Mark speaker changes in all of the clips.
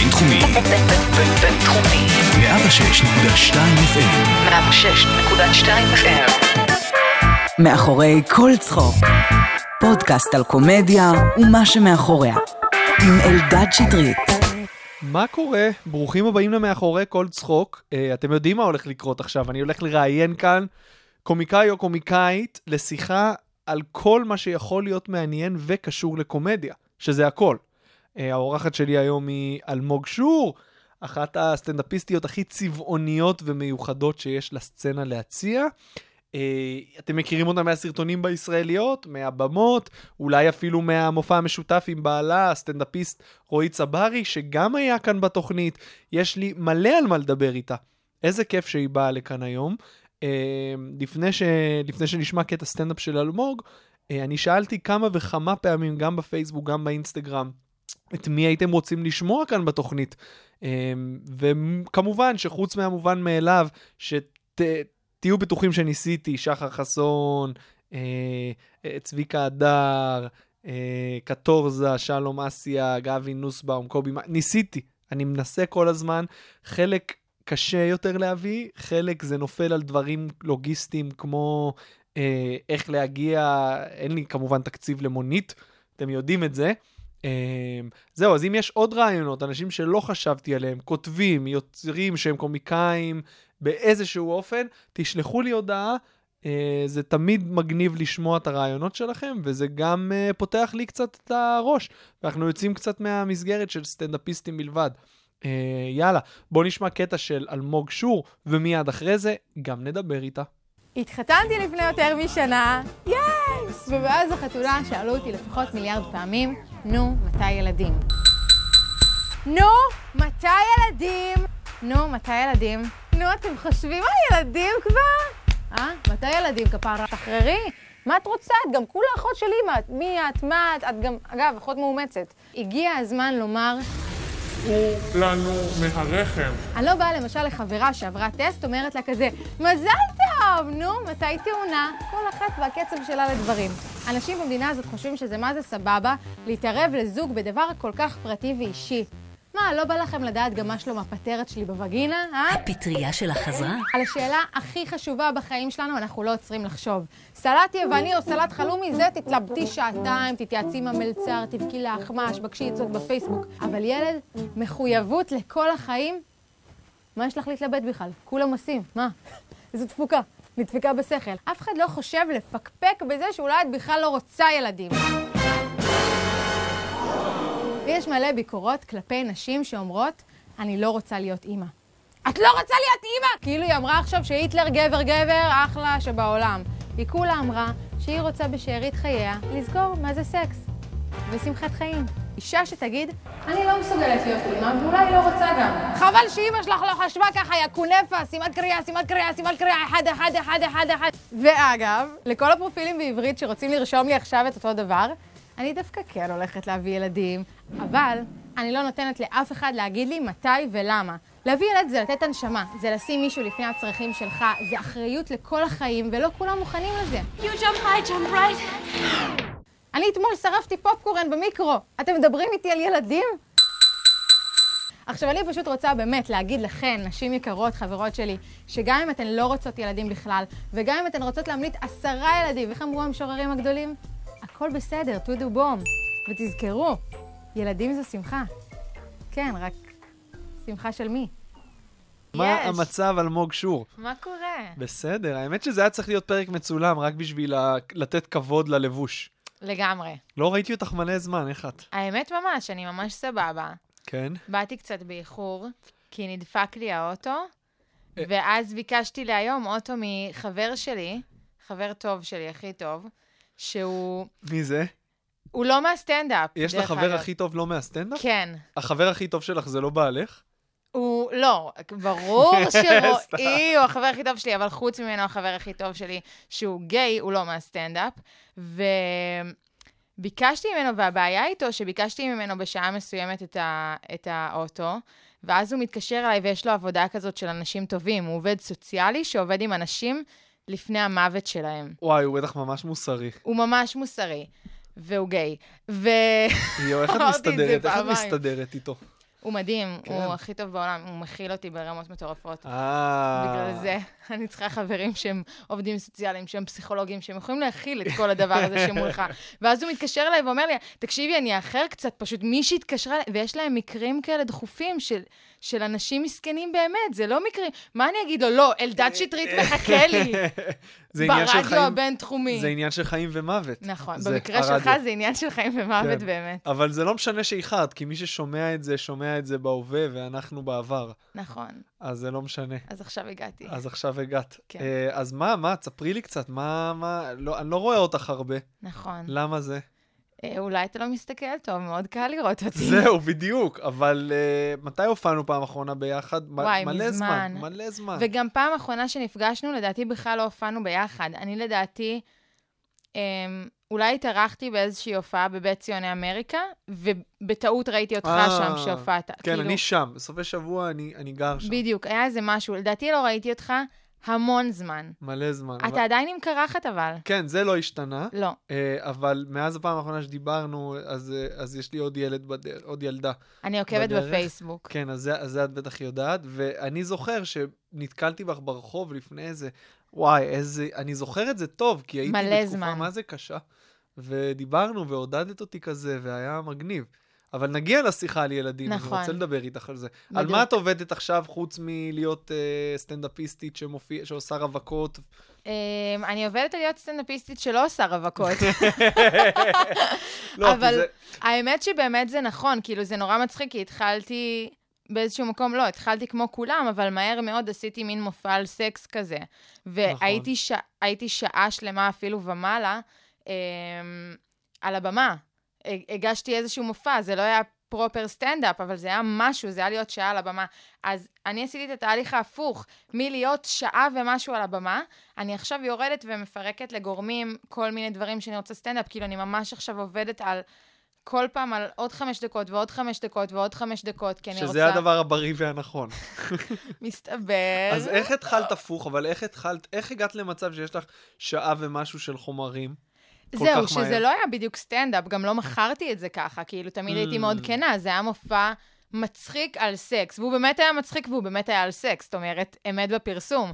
Speaker 1: בינתחומי. בינתחומי. 106.2 FM. 106.2 FM.
Speaker 2: מאחורי כל צחוק. פודקאסט על קומדיה ומה שמאחוריה. עם אלדד שטרית.
Speaker 3: מה קורה? ברוכים הבאים למאחורי כל צחוק. אתם יודעים מה הולך לקרות עכשיו. אני הולך לראיין כאן קומיקאי או קומיקאית לשיחה על כל מה שיכול להיות מעניין וקשור לקומדיה, שזה הכל. האורחת שלי היום היא אלמוג שור, אחת הסטנדאפיסטיות הכי צבעוניות ומיוחדות שיש לסצנה להציע. אתם מכירים אותה מהסרטונים בישראליות, מהבמות, אולי אפילו מהמופע המשותף עם בעלה, הסטנדאפיסט רועי צברי, שגם היה כאן בתוכנית. יש לי מלא על מה לדבר איתה. איזה כיף שהיא באה לכאן היום. לפני שנשמע קטע סטנדאפ של אלמוג, אני שאלתי כמה וכמה פעמים, גם בפייסבוק, גם באינסטגרם, את מי הייתם רוצים לשמוע כאן בתוכנית. וכמובן שחוץ מהמובן מאליו, תהיו בטוחים שניסיתי, שחר חסון, צביקה אדר, קטורזה, שלום אסיה, גבי נוסבאום, קובי, ניסיתי. אני מנסה כל הזמן. חלק קשה יותר להביא, חלק זה נופל על דברים לוגיסטיים כמו איך להגיע, אין לי כמובן תקציב למונית, אתם יודעים את זה. זהו, אז אם יש עוד רעיונות, אנשים שלא חשבתי עליהם, כותבים, יוצרים שהם קומיקאים באיזשהו אופן, תשלחו לי הודעה, זה תמיד מגניב לשמוע את הרעיונות שלכם, וזה גם פותח לי קצת את הראש, ואנחנו יוצאים קצת מהמסגרת של סטנדאפיסטים בלבד. יאללה, בוא נשמע קטע של אלמוג שור, ומיד אחרי זה גם נדבר איתה.
Speaker 4: התחתנתי לפני יותר משנה, יס! ובאז החתונה שאלו אותי לפחות מיליארד פעמים, נו, מתי ילדים? נו, מתי ילדים? נו, מתי ילדים? נו, אתם חושבים על ילדים כבר? מתי ילדים כפרה? תחררי? מה את רוצה? את גם כולה אחות של אמא. מי את? מה את? את גם, אגב, אחות מאומצת. הגיע הזמן לומר
Speaker 5: הוא לנו מהרחם.
Speaker 4: אני לא באה למשל לחברה שעברה טסט, אומרת לה כזה, מזל טוב, נו, מתי תאונה? כל אחת והקצב שלה לדברים. אנשים במדינה הזאת חושבים שזה מה זה סבבה, להתערב לזוג בדבר כל כך פרטי ואישי. מה, לא בא לכם לדעת גם מה שלום הפטרת שלי בווגינה,
Speaker 2: הפטריה של החזרה?
Speaker 4: על השאלה הכי חשובה בחיים שלנו, אנחנו לא עוצרים לחשוב. סלט יווני או סלט חלומי, זה תתלבטי שעתיים, תתייעצי עם המלצר, תבכי לאחמש, בקשי עצות בפייסבוק. אבל ילד, מחויבות לכל החיים, מה יש לך להתלבט בכלל? כולם עושים, מה? איזו דפוקה, נדפקה בשכל. אף אחד לא חושב לפקפק בזה שאולי את בכלל לא רוצה ילדים. ויש מלא ביקורות כלפי נשים שאומרות, אני לא רוצה להיות אימא. את לא רוצה להיות אימא? כאילו היא אמרה עכשיו שהיטלר גבר, אחלה שבעולם. היא כולה אמרה שהיא רוצה בשארית חייה לזכור מה זה סקס ושמחת חיים. אישה שתגיד, אני לא מסוגלת להיות אימא, ואולי לא רוצה גם. חבל שאימא שלך לא חשבה ככה, יא קונפה, סימן קריאה, אחד. ואגב, לכל הפרופילים בעברית שרוצים לרשום לי עכשיו את אותו דבר, אני דווקא כן הולכת להביא ילדים, אבל אני לא נותנת לאף אחד להגיד לי מתי ולמה. להביא ילד זה לתת הנשמה, זה לשים מישהו לפני הצרכים שלך, זה אחריות לכל החיים, ולא כולם מוכנים לזה.
Speaker 6: You jump high, jump right.
Speaker 4: אני אתמול שרפתי פופקורן במיקרו. אתם מדברים איתי על ילדים? עכשיו, אני פשוט רוצה באמת להגיד לכן, נשים יקרות, חברות שלי, שגם אם אתן לא רוצות ילדים בכלל, וגם אם אתן רוצות להמליט 10 ילדים, איך אמרו המשוררים הגדולים? הכל בסדר, תודו בום. ותזכרו, ילדים זו שמחה. כן, רק שמחה של מי?
Speaker 3: מה המצב אלמוג שור?
Speaker 4: מה קורה?
Speaker 3: בסדר, האמת שזה היה צריך להיות פרק מצולם, רק בשביל לתת כבוד ללבוש.
Speaker 7: לגמרי.
Speaker 3: לא ראיתי אותך מלא זמן, איך את?
Speaker 7: האמת ממש, אני ממש סבבה.
Speaker 3: כן?
Speaker 7: באתי קצת באיחור, כי נדפק לי האוטו, ואז ביקשתי להיום אוטו מחבר שלי, חבר טוב שלי, הכי טוב, שהוא...
Speaker 3: מי זה?
Speaker 7: הוא לא מהסטנדאפ.
Speaker 3: יש לך חבר הכי טוב לא מהסטנדאפ?
Speaker 7: כן.
Speaker 3: החבר הכי טוב שלך זה לא בעלך?
Speaker 7: הוא לא, ברור שרועי הוא החבר הכי טוב שלי, אבל חוץ ממנו החבר הכי טוב שלי, שהוא גיי, הוא לא מהסטנדאפ, וביקשתי ממנו, והבעיה איתו שביקשתי ממנו בשעה מסוימת את האוטו, ואז הוא מתקשר אליי ויש לו עבודה כזאת של אנשים טובים, הוא עובד סוציאלי שעובד עם אנשים לפני המוות שלהם.
Speaker 3: וואי, הוא בטח ממש מוסרי.
Speaker 7: הוא ממש מוסרי, והוא גיי.
Speaker 3: יו, איך את מסתדרת איתו?
Speaker 7: הוא מדהים, הוא הכי טוב בעולם, הוא מכיל אותי ברמות מטורפות. בגלל זה אני צריכה חברים שהם עובדים סוציאליים, שהם פסיכולוגים, שהם יכולים להכיל את כל הדבר הזה שמולך. ואז הוא מתקשר אליי ואומר לי, תקשיבי, אני אאחר קצת, פשוט מישהי התקשרה, ויש להם מקרים כאלה דחופים של אנשים מסכנים באמת, זה לא מקרים. מה אני אגיד לו? לא, אלדד שטרית מחכה לי. ברדיו הבינתחומי.
Speaker 3: זה עניין של חיים ומוות.
Speaker 7: נכון, במקרה שלך זה עניין של חיים ומוות באמת.
Speaker 3: אבל זה לא משנה שאיחרת, כי מי ששומע את זה בהווה, ואנחנו בעבר.
Speaker 7: נכון.
Speaker 3: אז זה לא משנה.
Speaker 7: אז עכשיו הגעתי.
Speaker 3: אז עכשיו הגעת. אז מה, תספרי לי קצת, אני לא רואה אותך הרבה.
Speaker 7: נכון.
Speaker 3: למה זה?
Speaker 7: אולי אתה לא מסתכל טוב, מאוד קל לראות אותי.
Speaker 3: זהו, בדיוק. אבל מתי הופענו פעם אחרונה ביחד?
Speaker 7: וואי, מזמן.
Speaker 3: מלא זמן.
Speaker 7: וגם פעם אחרונה שנפגשנו, לדעתי בכלל לא הופענו ביחד. אני לדעתי, אולי התארחתי באיזושהי הופעה בבית ציוני אמריקה, ובטעות ראיתי אותך שם שהופעת.
Speaker 3: כן, אני שם. בסופי שבוע אני גר שם.
Speaker 7: בדיוק, היה איזה משהו. לדעתי לא ראיתי אותך המון זמן.
Speaker 3: מלא זמן.
Speaker 7: אתה עדיין עם קרחת אבל.
Speaker 3: כן, זה לא השתנה.
Speaker 7: לא.
Speaker 3: אבל מאז הפעם האחרונה שדיברנו, אז יש לי עוד ילדה.
Speaker 7: אני עוקבת בפייסבוק.
Speaker 3: כן, אז זה את בטח יודעת. ואני זוכר שנתקלתי בך ברחוב לפני איזה, וואי, אני זוכר את זה טוב, כי הייתי בתקופה מה זה קשה. ודיברנו ועודדת אותי כזה, והיה מגניב. אבל נגיע לשיחה על ילדים, נכון. אני רוצה לדבר איתך על זה. בדיוק. על מה את עובדת עכשיו, חוץ מלהיות סטנדאפיסטית שעושה רווקות?
Speaker 7: אני עובדת על להיות סטנדאפיסטית שלא עושה רווקות.
Speaker 3: לא,
Speaker 7: אבל האמת שבאמת זה נכון, כאילו זה נורא מצחיק, כי התחלתי באיזשהו מקום, לא, התחלתי כמו כולם, אבל מהר מאוד עשיתי מין מופע על סקס כזה. והייתי שעה שלמה אפילו ומעלה על הבמה. הגשתי איזשהו מופע, זה לא היה פרופר סטנדאפ, אבל זה היה משהו, זה היה להיות שעה על הבמה. אז אני עשיתי את התהליך ההפוך, מלהיות שעה ומשהו על הבמה, אני עכשיו יורדת ומפרקת לגורמים כל מיני דברים שאני רוצה סטנדאפ, כאילו אני ממש עכשיו עובדת על כל פעם על עוד 5 דקות ועוד 5 דקות ועוד 5 דקות, כי אני רוצה...
Speaker 3: שזה הדבר הבריא והנכון.
Speaker 7: מסתבר.
Speaker 3: אז איך התחלת הפוך, אבל איך הגעת למצב שיש לך שעה ומשהו של חומרים?
Speaker 7: זהו, שזה לא היה בדיוק סטנדאפ, גם לא מכרתי את זה ככה, כאילו תמיד הייתי מאוד כנה, זה היה מופע מצחיק על סקס, והוא באמת היה מצחיק והוא באמת היה על סקס, זאת אומרת, אמת בפרסום,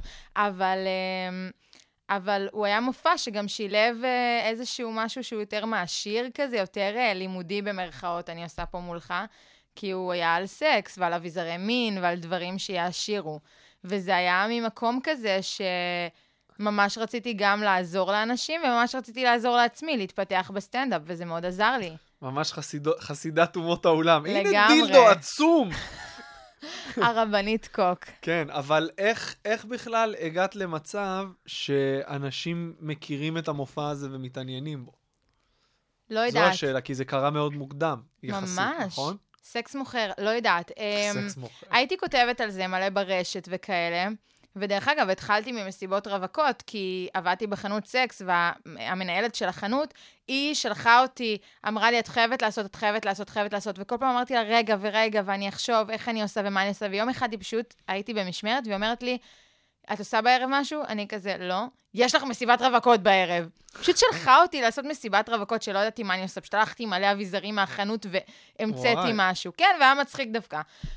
Speaker 7: אבל הוא היה מופע שגם שילב איזשהו משהו שהוא יותר מעשיר כזה, יותר לימודי במרכאות, אני עושה פה מולך, כי הוא היה על סקס ועל אביזרי מין ועל דברים שיעשירו, וזה היה ממקום כזה ממש רציתי גם לעזור לאנשים, וממש רציתי לעזור לעצמי, להתפתח בסטנדאפ, וזה מאוד עזר לי.
Speaker 3: ממש חסידת אומות העולם.
Speaker 7: לגמרי.
Speaker 3: הנה דילדו עצום.
Speaker 7: הרבנית קוק.
Speaker 3: כן, אבל איך בכלל הגעת למצב שאנשים מכירים את המופע הזה ומתעניינים בו?
Speaker 7: לא יודעת.
Speaker 3: זו השאלה, כי זה קרה מאוד מוקדם, יחסית,
Speaker 7: ממש.
Speaker 3: נכון?
Speaker 7: סקס מוכר, לא יודעת.
Speaker 3: סקס מוכר.
Speaker 7: הייתי כותבת על זה מלא ברשת וכאלה, ודרך אגב, התחלתי ממסיבות רווקות, כי עבדתי בחנות סקס, והמנהלת של החנות, היא שלחה אותי, אמרה לי, את חייבת לעשות, וכל פעם אמרתי לה, רגע, ואני אחשוב איך אני עושה ומה אני עושה, ויום אחד היא פשוט, הייתי במשמרת, והיא אומרת לי, את עושה בערב משהו? אני כזה, לא. יש לך מסיבת רווקות בערב. פשוט שלחה אותי לעשות מסיבת רווקות, שלא ידעתי מה אני עושה, פשוט הלכתי מלא אביזרים מהחנות, והמצאתי משהו. כן, והיה מצחיק דווקא.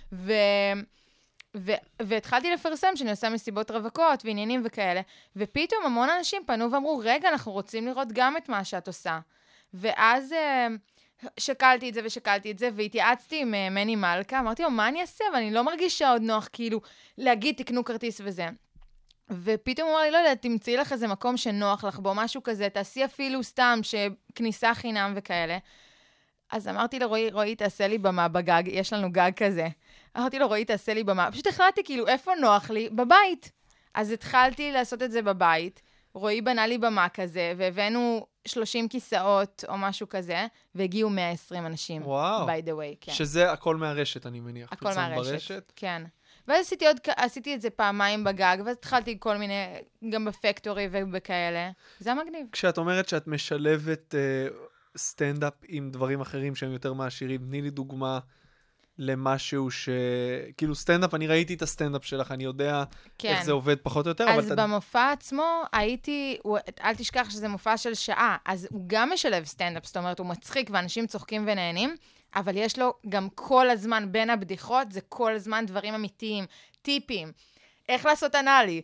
Speaker 7: והתחלתי לפרסם שאני עושה מסיבות רווקות ועניינים וכאלה, ופתאום המון אנשים פנו ואמרו, רגע, אנחנו רוצים לראות גם את מה שאת עושה. ואז שקלתי את זה, והתייעצתי עם מני מלכה, אמרתי לו, מה אני אעשה? אבל אני לא מרגישה עוד נוח, כאילו, להגיד, תקנו כרטיס וזה. ופתאום הוא אמר לי, לא יודעת, תמצאי לך איזה מקום שנוח לך בו, משהו כזה, תעשי אפילו סתם שכניסה חינם וכאלה. אז אמרתי לו, רועי, תעשה לי במה בגג, יש לנו גג כזה. אמרתי לו, רועי, תעשה לי במה. פשוט החלטתי, כאילו, איפה נוח לי? בבית. אז התחלתי לעשות את זה בבית. רועי בנה לי במה כזה, והבאנו 30 כיסאות או משהו כזה, והגיעו 120 אנשים.
Speaker 3: וואו.
Speaker 7: by the way, כן.
Speaker 3: שזה הכל מהרשת, אני מניח.
Speaker 7: הכל מהרשת, כן. ואז עשיתי את זה פעמיים בגג, ואז התחלתי כל מיני, גם בפקטורי ובכאלה. זה המגניב.
Speaker 3: כשאת אומרת שאת משלבת סטנדאפ עם דברים אחרים שהם יותר מעשירים, תני לי דוגמה למשהו כאילו סטנדאפ, אני ראיתי את הסטנדאפ שלך, אני יודע איך זה עובד פחות או יותר.
Speaker 7: אז במופע עצמו אל תשכח שזה מופע של שעה, אז הוא גם משלב סטנדאפ, זאת אומרת, הוא מצחיק ואנשים צוחקים ונהנים, אבל יש לו גם כל הזמן בין הבדיחות, זה כל הזמן דברים אמיתיים, טיפים, איך לעשות אנאלי,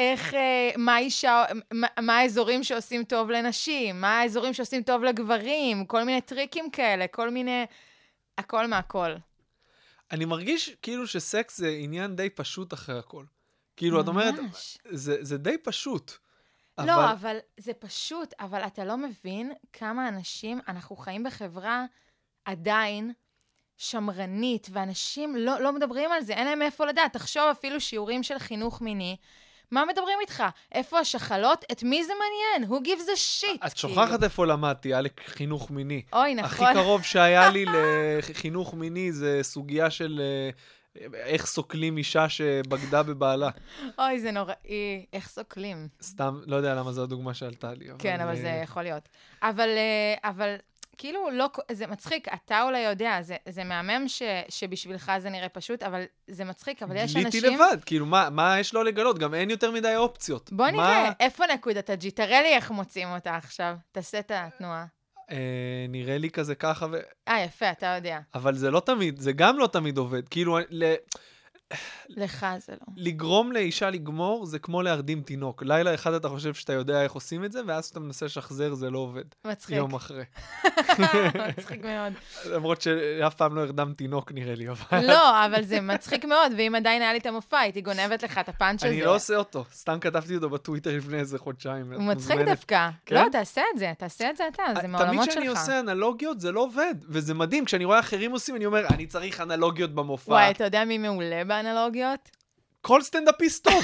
Speaker 7: מה האזורים שעושים טוב לנשים, מה האזורים שעושים טוב לגברים, כל מיני טריקים כאלה, כל מיני, הכל מהכל.
Speaker 3: אני מרגיש כאילו שסקס זה עניין די פשוט אחרי הכל. כאילו, את אומרת, זה די פשוט.
Speaker 7: לא, אבל זה פשוט, אבל אתה לא מבין כמה אנשים, אנחנו חיים בחברה עדיין שמרנית, ואנשים לא מדברים על זה, אין להם איפה לדעת. תחשוב אפילו שיעורים של חינוך מיני, מה מדברים איתך? איפה השחלות? את מי זה מעניין? Who gives a shit?
Speaker 3: את שוכחת איפה למדתי, היה לחינוך מיני.
Speaker 7: אוי, נכון.
Speaker 3: הכי קרוב שהיה לי לחינוך מיני זה סוגיה של איך סוקלים אישה שבגדה בבעלה.
Speaker 7: אוי, זה נוראי. איך סוקלים?
Speaker 3: סתם, לא יודע למה זו הדוגמה שעלתה לי.
Speaker 7: כן, אבל זה יכול להיות. אבל כאילו, לא, זה מצחיק, אתה אולי יודע, זה מהמם שבשבילך זה נראה פשוט, אבל זה מצחיק, אבל יש אנשים...
Speaker 3: גיליתי לבד, כאילו, מה יש לו לגלות? גם אין יותר מדי אופציות.
Speaker 7: בוא נראה, איפה נקודת הג'י? תראה לי איך מוצאים אותה עכשיו. תעשה את התנועה.
Speaker 3: נראה לי כזה ככה ו...
Speaker 7: יפה, אתה יודע.
Speaker 3: אבל זה לא תמיד, זה גם לא תמיד עובד. כאילו,
Speaker 7: לך זה לא.
Speaker 3: לגרום לאישה לגמור זה כמו להרדים תינוק. לילה אחד אתה חושב שאתה יודע איך עושים את זה, ואז כשאתה מנסה לשחזר זה לא עובד.
Speaker 7: מצחיק.
Speaker 3: יום אחרי.
Speaker 7: מצחיק מאוד.
Speaker 3: למרות שאף פעם לא הרדם תינוק נראה לי.
Speaker 7: לא, אבל זה מצחיק מאוד, ואם עדיין היה לי את המופע, הייתי גונבת לך את הפאנץ' הזה.
Speaker 3: אני לא עושה אותו. סתם כתבתי אותו בטוויטר לפני איזה חודשיים.
Speaker 7: הוא מצחיק דווקא. לא, תעשה את זה אתה, זה מעולמות שלך.
Speaker 3: תמיד כשאני עושה אנלוגיות זה לא עובד, וזה מדהים. כשאני רואה אחרים עושים, אני אומר, אני צריך אנלוגיות במופע.
Speaker 7: וואי, אתה יודע מי מעולה באנלוגיות?
Speaker 3: כל סטנדאפיסט טוב.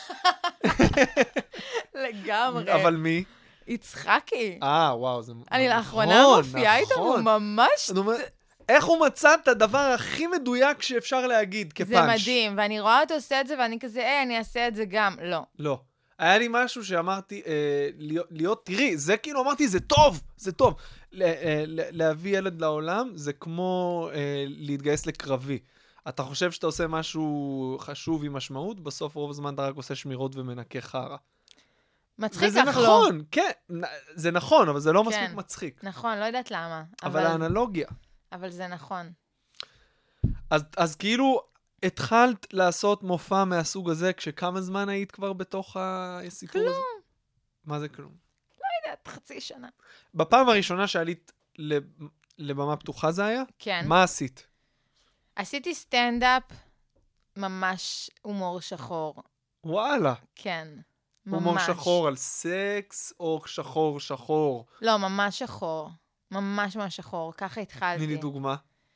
Speaker 7: לגמרי.
Speaker 3: אבל מי?
Speaker 7: יצחקי.
Speaker 3: וואו, זה...
Speaker 7: אני לאחרונה מופיעה איתו, הוא ממש...
Speaker 3: איך הוא מצא את הדבר הכי מדויק שאפשר להגיד כפאנץ'?
Speaker 7: זה מדהים, ואני רואה אותו עושה את זה, ואני כזה, אני אעשה את זה גם. לא.
Speaker 3: לא. היה לי משהו שאמרתי, תראי, זה כאילו אמרתי, זה טוב, זה טוב. להביא ילד לעולם, זה כמו להתגייס לקרבי. אתה חושב שאתה עושה משהו חשוב עם משמעות, בסוף רוב הזמן אתה רק עושה שמירות ומנקה חרה.
Speaker 7: מצחיק
Speaker 3: וזה
Speaker 7: אך לא.
Speaker 3: נכון, כן, זה נכון, אבל זה לא מספיק מצחיק.
Speaker 7: נכון, לא יודעת למה.
Speaker 3: אבל האנלוגיה.
Speaker 7: אבל זה נכון.
Speaker 3: אז כאילו, התחלת לעשות מופע מהסוג הזה, כשכמה זמן היית כבר בתוך הסיפור הזה?
Speaker 7: כלום.
Speaker 3: מה זה כלום?
Speaker 7: לא יודעת, חצי שנה.
Speaker 3: בפעם הראשונה שעלית לבמה פתוחה זה היה?
Speaker 7: כן.
Speaker 3: מה עשית?
Speaker 7: עשיתי סטנדאפ, ממש הומור שחור.
Speaker 3: וואלה.
Speaker 7: כן, ממש.
Speaker 3: הומור שחור על סקס או שחור?
Speaker 7: לא, ממש שחור. ממש שחור. ככה התחלתי.
Speaker 3: תני לי דוגמה.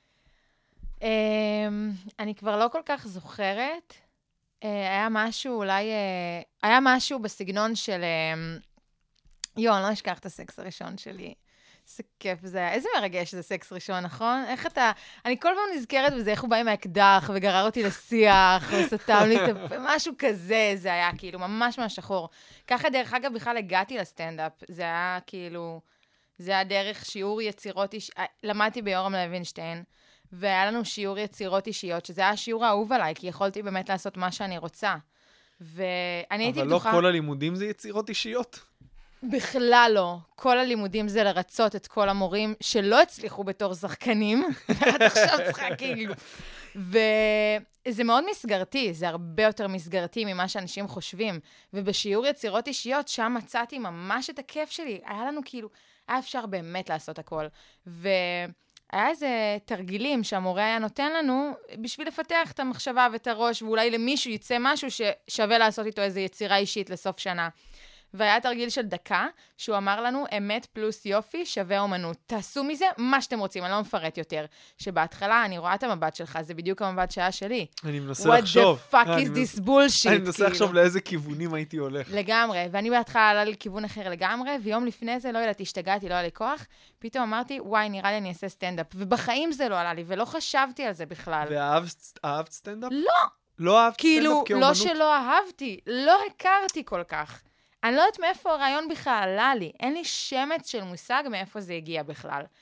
Speaker 7: אני כבר לא כל כך זוכרת. היה משהו, אולי... היה משהו בסגנון של... אני לא אשכח את הסקס הראשון שלי. איזה כיף זה היה. איזה מרגש זה סקס ראשון, נכון? איך אתה... אני כל פעם נזכרת בזה, איך הוא בא עם האקדח וגרר אותי לשיח, וסתם לי משהו כזה, זה היה כאילו ממש שחור. ככה דרך אגב בכלל הגעתי לסטנדאפ. זה היה כאילו... זה היה דרך שיעור יצירות למדתי ביורם לוינשטיין, והיה לנו שיעור יצירות אישיות, שזה היה השיעור האהוב עליי, כי יכולתי באמת לעשות מה שאני רוצה. ואני הייתי בטוחה...
Speaker 3: אבל לא כל הלימודים זה יצירות אישיות?
Speaker 7: בכלל לא. כל הלימודים זה לרצות את כל המורים שלא הצליחו בתור שחקנים, ואת עכשיו צריכה כאילו. וזה מאוד מסגרתי, זה הרבה יותר מסגרתי ממה שאנשים חושבים. ובשיעור יצירות אישיות, שם מצאתי ממש את הכיף שלי. היה לנו כאילו, היה אפשר באמת לעשות הכל. והיה איזה תרגילים שהמורה היה נותן לנו, בשביל לפתח את המחשבה ואת הראש, ואולי למישהו יצא משהו ששווה לעשות איתו איזו יצירה אישית לסוף שנה. והיה תרגיל של דקה, שהוא אמר לנו, אמת פלוס יופי שווה אומנות. תעשו מזה מה שאתם רוצים, אני לא מפרט יותר. שבהתחלה אני רואה את המבט שלך, זה בדיוק המבט שהיה שלי.
Speaker 3: אני מנסה לחשוב.
Speaker 7: What the fuck is this bullshit?
Speaker 3: אני מנסה לחשוב לאיזה כיוונים הייתי הולך.
Speaker 7: לגמרי, ואני בהתחלה עלה לי כיוון אחר לגמרי, ויום לפני זה, לא יודעת, השתגעתי, לא היה לי כוח, פתאום אמרתי, וואי, נראה לי אני אעשה סטנדאפ. ובחיים זה לא עלה לי, ולא חשבתי על זה בכלל.
Speaker 3: ואהבת סטנדאפ?
Speaker 7: לא.
Speaker 3: לא אהבת סטנדאפ כאומנות?
Speaker 7: כאילו, לא שלא אהבתי, לא הכרתי כל כך. אני לא יודעת מאיפה הרעיון בכלל עלה לי. אין לי שמץ של מושג מאיפה זה הגיע בכלל.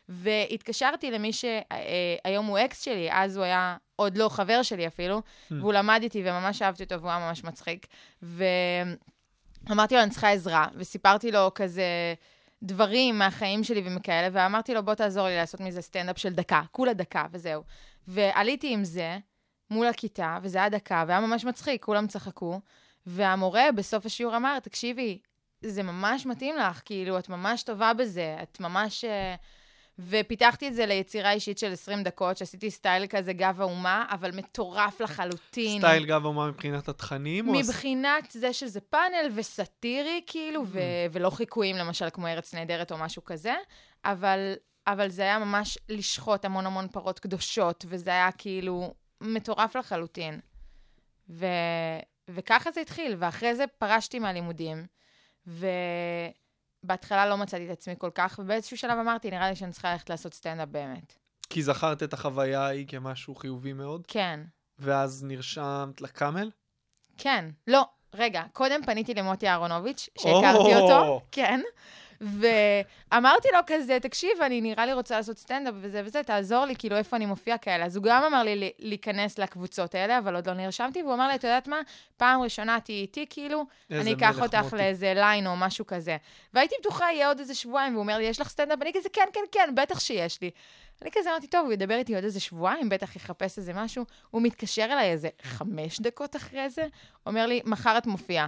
Speaker 7: והתקשרתי למי שהיום הוא אקס שלי, אז הוא היה עוד לא חבר שלי אפילו, והוא למד איתי וממש אהבתי אותו, והוא היה ממש מצחיק. ואמרתי לו, אני צריכה עזרה, וסיפרתי לו כזה דברים מהחיים שלי ומכאלה, ואמרתי לו, בוא תעזור לי לעשות מזה סטנדאפ של דקה, כולה דקה, וזהו. ועליתי עם זה מול הכיתה, וזה היה דקה, והיה ממש מצחיק, כולם צחקו, והמורה בסוף השיעור אמר, תקשיבי, זה ממש מתאים לך, כאילו, את ממש טובה בזה, את ממש... ופיתחתי את זה ליצירה אישית של 20 דקות, שעשיתי סטייל כזה גב האומה, אבל מטורף לחלוטין.
Speaker 3: סטייל גב האומה מבחינת התכנים?
Speaker 7: מבחינת זה שזה פאנל וסטירי, כאילו, ולא חיקויים, למשל, כמו ארץ נהדרת או משהו כזה, אבל זה היה ממש לשחוט המון המון פרות קדושות, וזה היה כאילו מטורף לחלוטין. וככה זה התחיל, ואחרי זה פרשתי מהלימודים, בהתחלה לא מצאתי את עצמי כל כך, ובאיזשהו שלב אמרתי, נראה לי שאני צריכה ללכת לעשות סטנדאפ באמת.
Speaker 3: כי זכרת את החוויה ההיא כמשהו חיובי מאוד?
Speaker 7: כן.
Speaker 3: ואז נרשמת לקאמל?
Speaker 7: כן. לא, רגע, קודם פניתי למוטי אהרונוביץ', שהכרתי אותו. כן. ואמרתי לו כזה, תקשיב, אני נראה לי רוצה לעשות סטנדאפ וזה וזה, תעזור לי, כאילו, איפה אני מופיע כאלה. אז הוא גם אמר לי להיכנס לקבוצות האלה, אבל עוד לא נרשמתי, והוא אמר לי, אתה יודעת מה? פעם ראשונה תהיי איתי, כאילו, אני אקח אותך לאיזה ליין או משהו כזה. והייתי בטוחה, יהיה עוד איזה שבועיים, והוא אומר לי, יש לך סטנדאפ? אני כזה, כן, כן, כן, בטח שיש לי. אני כזה אמרתי, טוב, הוא ידבר איתי עוד איזה שבועיים, בטח יחפש איזה משהו. הוא מתקשר אליי איזה 5 דקות אחרי זה, אומר לי, מחר את מופיעה.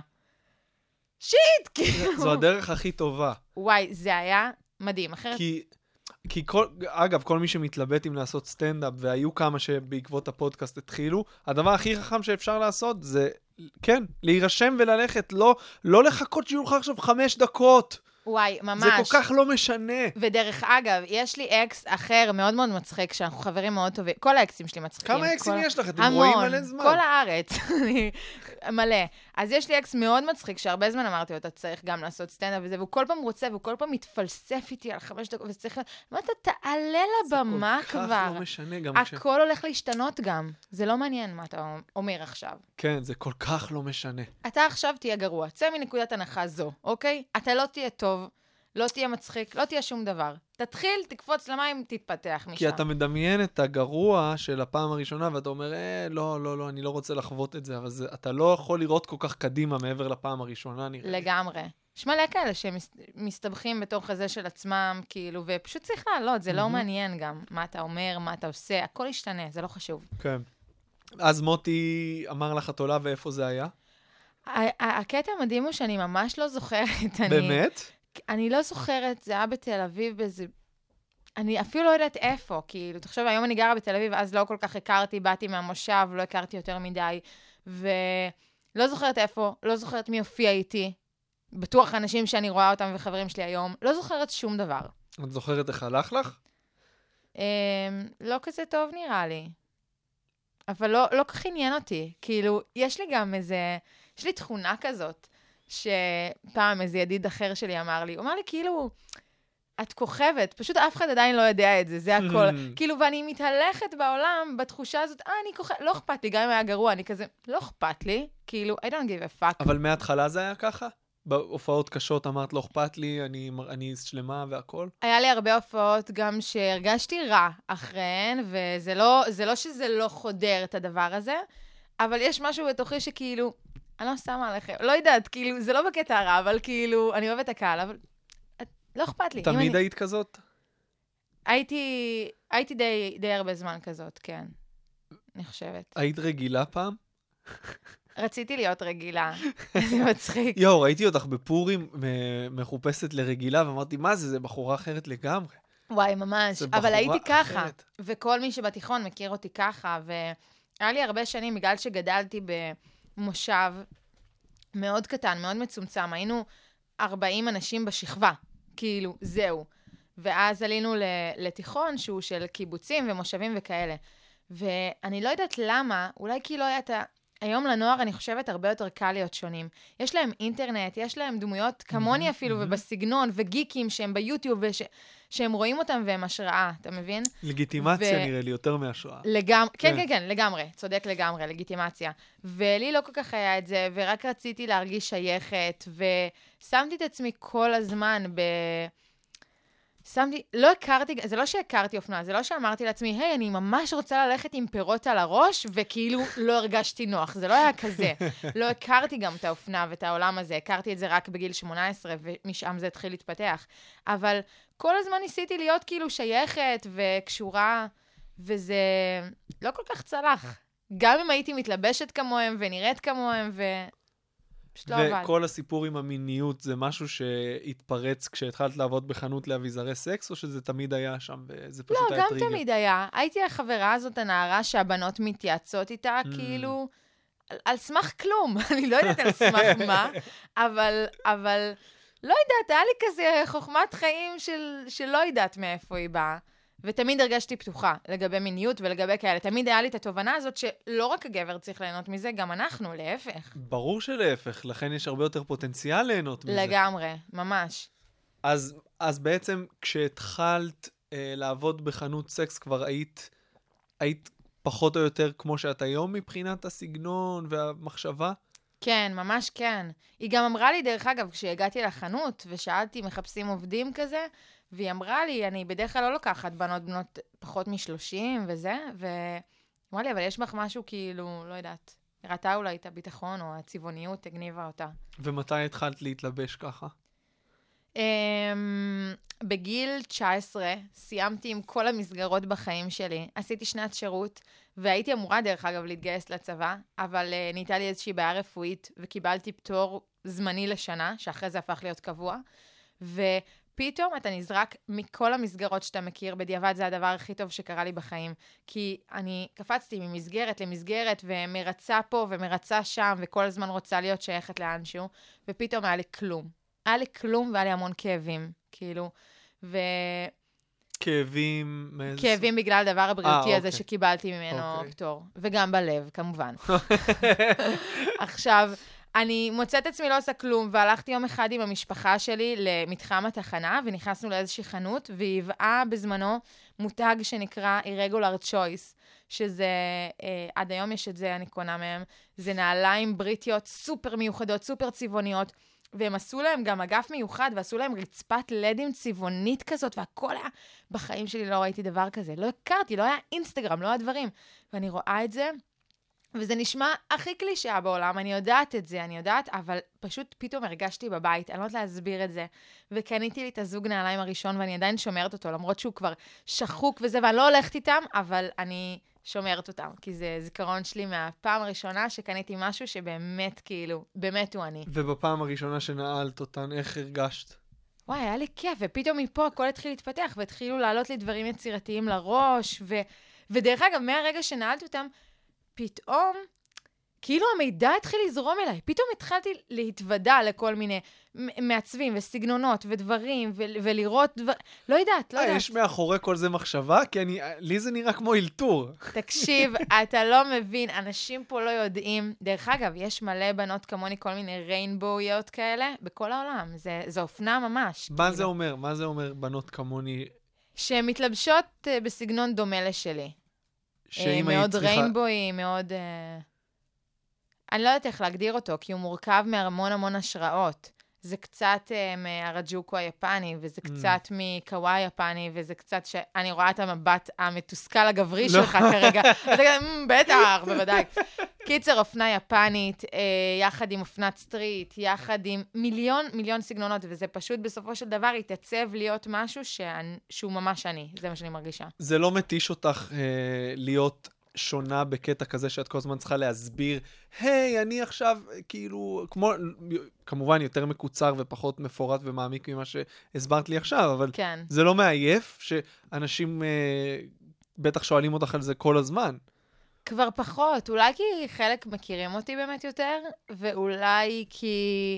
Speaker 7: שיט, כאילו.
Speaker 3: זו הדרך הכי טובה.
Speaker 7: וואי, זה היה מדהים. אחרת...
Speaker 3: כי אגב, כל מי שמתלבט עם לעשות סטנדאפ, והיו כמה שבעקבות הפודקאסט התחילו, הדבר הכי חכם שאפשר לעשות זה, כן, להירשם וללכת, לא לחכות שיהיו לך עכשיו 5 דקות.
Speaker 7: וואי, ממש.
Speaker 3: זה כל כך לא משנה.
Speaker 7: ודרך אגב, יש לי אקס אחר מאוד מאוד מצחיק, שאנחנו חברים מאוד טובים. כל האקסים שלי מצחיקים.
Speaker 3: כמה אקסים יש לך? אתם רואים מלא זמן.
Speaker 7: כל הארץ. מלא. אז יש לי אקס מאוד מצחיק, שהרבה זמן אמרתי לו, אתה צריך גם לעשות סטנדאפ וזה, והוא כל פעם רוצה, והוא כל פעם מתפלסף איתי על 5 דקות, וצריך... אמרת, תעלה לבמה כבר.
Speaker 3: זה כל כך לא משנה גם
Speaker 7: הכל הולך להשתנות גם. זה לא מעניין מה אתה אומר עכשיו.
Speaker 3: כן, זה כל כך לא משנה.
Speaker 7: אתה עכשיו תהיה גרוע. צא מנקודת הנחה זו, אוקיי? אתה לא תהיה טוב, לא תהיה מצחיק, לא תהיה שום דבר. תתחיל, תקפוץ למים, תתפתח משם.
Speaker 3: כי אתה מדמיין את הגרוע של הפעם הראשונה, ואתה אומר, לא, אני לא רוצה לחוות את זה, אבל אתה לא יכול לראות כל כך קדימה מעבר לפעם הראשונה, נראה לי.
Speaker 7: לגמרי. יש מלא כאלה שמסתבכים בתוך הזה של עצמם, כאילו, ופשוט צריך לעלות, זה לא מעניין גם מה אתה אומר, מה אתה עושה, הכל ישתנה, זה לא חשוב.
Speaker 3: כן. אז מוטי אמר לך התולה ואיפה זה היה?
Speaker 7: הקטע המדהים הוא שאני ממש לא זוכרת.
Speaker 3: באמת?
Speaker 7: אני לא זוכרת, זה היה בתל אביב באיזה... אני אפילו לא יודעת איפה, כאילו, תחשוב, היום אני גרה בתל אביב, אז לא כל כך הכרתי, באתי מהמושב, לא הכרתי יותר מדי, ולא זוכרת איפה, לא זוכרת מי הופיע איתי, בטוח אנשים שאני רואה אותם וחברים שלי היום, לא זוכרת שום דבר.
Speaker 3: את זוכרת איך הלך לך?
Speaker 7: לא כזה טוב נראה לי. אבל לא כך עניין אותי. כאילו, יש לי גם איזה... יש לי תכונה כזאת, שפעם איזה ידיד אחר שלי אמר לי, הוא אמר לי, כאילו, את כוכבת, פשוט אף אחד עדיין לא יודע את זה, זה הכל. כאילו, ואני מתהלכת בעולם בתחושה הזאת, אני כוכבת, לא אכפת לי, גם אם היה גרוע, אני כזה, לא אכפת לי, כאילו, I don't give a fuck.
Speaker 3: אבל מההתחלה זה היה ככה? בהופעות קשות אמרת, לא אכפת לי, אני שלמה והכל?
Speaker 7: היה לי הרבה הופעות גם שהרגשתי רע אחריהן, וזה לא שזה לא חודר את הדבר הזה, אבל יש משהו בתוכי שכאילו, אני לא שמה עליכם, לא יודעת, כאילו, זה לא בקטע הרע, אבל כאילו, אני אוהבת הקהל, אבל לא אכפת לי.
Speaker 3: תמיד היית כזאת?
Speaker 7: הייתי די הרבה זמן כזאת, כן. אני חושבת.
Speaker 3: היית רגילה פעם?
Speaker 7: רציתי להיות רגילה, זה מצחיק.
Speaker 3: ראיתי אותך בפורים מחופשת לרגילה, ואמרתי, מה זה? זה בחורה אחרת לגמרי.
Speaker 7: וואי, ממש. אבל הייתי ככה, וכל מי שבתיכון מכיר אותי ככה, והיה לי הרבה שנים, בגלל שגדלתי במושב מאוד קטן, מאוד מצומצם, היינו 40 אנשים בשכבה, כאילו, זהו. ואז עלינו לתיכון שהוא של קיבוצים ומושבים וכאלה. ואני לא יודעת למה, אולי כי לא היה את ה... היום לנוער, אני חושבת, הרבה יותר קל להיות שונים. יש להם אינטרנט, יש להם דמויות כמוני אפילו, ובסגנון, וגיקים שהם ביוטיוב, שהם רואים אותם והם השראה, אתה מבין?
Speaker 3: לגיטימציה נראה לי יותר מהשראה.
Speaker 7: כן, לגמרי, צודק לגמרי, לגיטימציה. ולי לא כל כך היה את זה, ורק רציתי להרגיש שייכת, ושמתי את עצמי כל הזמן לא הכרתי, זה לא שהכרתי אופנה, זה לא שאמרתי לעצמי, היי, אני ממש רוצה ללכת עם פירות על הראש, וכאילו לא הרגשתי נוח, זה לא היה כזה. לא הכרתי גם את האופנה ואת העולם הזה, הכרתי את זה רק בגיל 18, ומשם זה התחיל להתפתח. אבל כל הזמן ניסיתי להיות כאילו שייכת וקשורה, וזה לא כל כך צלח. גם אם הייתי מתלבשת כמוהם ונראית כמוהם, פשוט לא עבד.
Speaker 3: וכל הסיפור עם המיניות זה משהו שהתפרץ כשהתחלת לעבוד בחנות לאביזרי סקס, או שזה תמיד היה שם וזה פשוט היה טריגר?
Speaker 7: לא, גם תמיד היה. הייתי החברה הזאת, הנערה שהבנות מתייעצות איתה, כאילו, על סמך כלום. אני לא יודעת על סמך מה, אבל לא יודעת, היה לי כזה חוכמת חיים שלא יודעת מאיפה היא באה. ותמיד הרגשתי פתוחה לגבי מיניות ולגבי כאלה. תמיד היה לי את התובנה הזאת שלא רק הגבר צריך ליהנות מזה, גם אנחנו, להפך.
Speaker 3: ברור שלהפך, לכן יש הרבה יותר פוטנציאל ליהנות מזה.
Speaker 7: לגמרי, ממש.
Speaker 3: אז בעצם כשהתחלת לעבוד בחנות סקס, כבר היית פחות או יותר כמו שאת היום מבחינת הסגנון והמחשבה?
Speaker 7: כן, ממש כן. היא גם אמרה לי, דרך אגב, כשהגעתי לחנות ושאלתי, מחפשים עובדים כזה, והיא אמרה לי, אני בדרך כלל לא לוקחת בנות פחות מ-30 וזה, ואמרה לי, אבל יש בך משהו כאילו, לא יודעת, הראתה אולי את הביטחון או הצבעוניות, הגניבה אותה.
Speaker 3: ומתי התחלת להתלבש ככה?
Speaker 7: בגיל 19 סיימתי עם כל המסגרות בחיים שלי. עשיתי שנת שירות, והייתי אמורה דרך אגב להתגייס לצבא, אבל ניתה לי איזושהי בעיה רפואית, וקיבלתי פטור זמני לשנה, שאחרי זה הפך להיות קבוע, ופתאום אתה נזרק מכל המסגרות שאתה מכיר, בדיעבד זה הדבר הכי טוב שקרה לי בחיים, כי אני קפצתי ממסגרת למסגרת, ומרצה פה ומרצה שם, וכל הזמן רוצה להיות שייכת לאנשהו, ופתאום היה לי כלום. היה לי כלום והיה לי המון כאבים, כאילו,
Speaker 3: כאבים?
Speaker 7: כאבים בגלל הדבר הבריאותי הזה שקיבלתי ממנו פטור. וגם בלב, כמובן. עכשיו, אני מוצאת עצמי לא עושה כלום, והלכתי יום אחד עם המשפחה שלי למתחם התחנה, ונכנסנו לאיזושהי חנות, והיא הבאה בזמנו מותג שנקרא Irregular Choice, שזה, עד היום יש את זה, אני קונה מהם, זה נעליים בריטיות סופר מיוחדות, סופר צבעוניות, והם עשו להם גם אגף מיוחד, ועשו להם רצפת לדים צבעונית כזאת, והכל היה, בחיים שלי לא ראיתי דבר כזה. לא הכרתי, לא היה אינסטגרם, לא היה דברים. ואני רואה את זה, וזה נשמע הכי קלישאה בעולם, אני יודעת את זה, אני יודעת, אבל פשוט פתאום הרגשתי בבית, אני לא יודעת להסביר את זה, וקניתי לי את הזוג נעליים הראשון, ואני עדיין שומרת אותו, למרות שהוא כבר שחוק וזה, ואני לא הולכת איתם, אבל אני שומרת אותם, כי זה זיכרון שלי מהפעם הראשונה שקניתי משהו שבאמת, כאילו, באמת הוא אני.
Speaker 3: ובפעם הראשונה שנעלת אותן, איך הרגשת?
Speaker 7: וואי, היה לי כיף, ופתאום מפה הכל התחיל להתפתח, והתחילו לעלות לי דברים יצירתיים לראש, ודרך אגב, מהרגע שנעלתי אותם, פתאום, כאילו המידע התחיל לזרום אליי, פתאום התחלתי להתוודע לכל מיני מעצבים וסגנונות ודברים, ולראות לא יודעת.
Speaker 3: יש מאחורי כל זה מחשבה? כי לי זה נראה כמו אלתור.
Speaker 7: תקשיב, אתה לא מבין, אנשים פה לא יודעים, דרך אגב, יש מלא בנות כמוני, כל מיני ריינבואיות כאלה, בכל העולם, זה אופנה ממש.
Speaker 3: מה זה אומר? מה זה אומר בנות כמוני?
Speaker 7: שהן מתלבשות בסגנון דומה לשלי. מאוד ריינבואי, מאוד... אני לא יודעת איך להגדיר אותו, כי הוא מורכב מהמון המון השראות. זה קצת מהרג'וקו היפני, וזה קצת מקוואי היפני, וזה קצת שאני רואה את המבט המתוסכל הגברי שלך כרגע. בטח, בוודאי. קיצר, אופנה יפנית, יחד עם אופנת סטריט, יחד עם מיליון סגנונות, וזה פשוט בסופו של דבר יתעצב להיות משהו שהוא ממש אני. זה מה שאני מרגישה.
Speaker 3: זה לא מתיש אותך להיות שונה בקטע כזה שאת כל הזמן צריכה להסביר, היי, אני עכשיו, כאילו, כמובן יותר מקוצר ופחות מפורט ומעמיק ממה שהסברת לי עכשיו, אבל
Speaker 7: כן.
Speaker 3: זה לא מעייף שאנשים בטח שואלים אותך על זה כל הזמן.
Speaker 7: כבר פחות, אולי כי חלק מכירים אותי באמת יותר, ואולי כי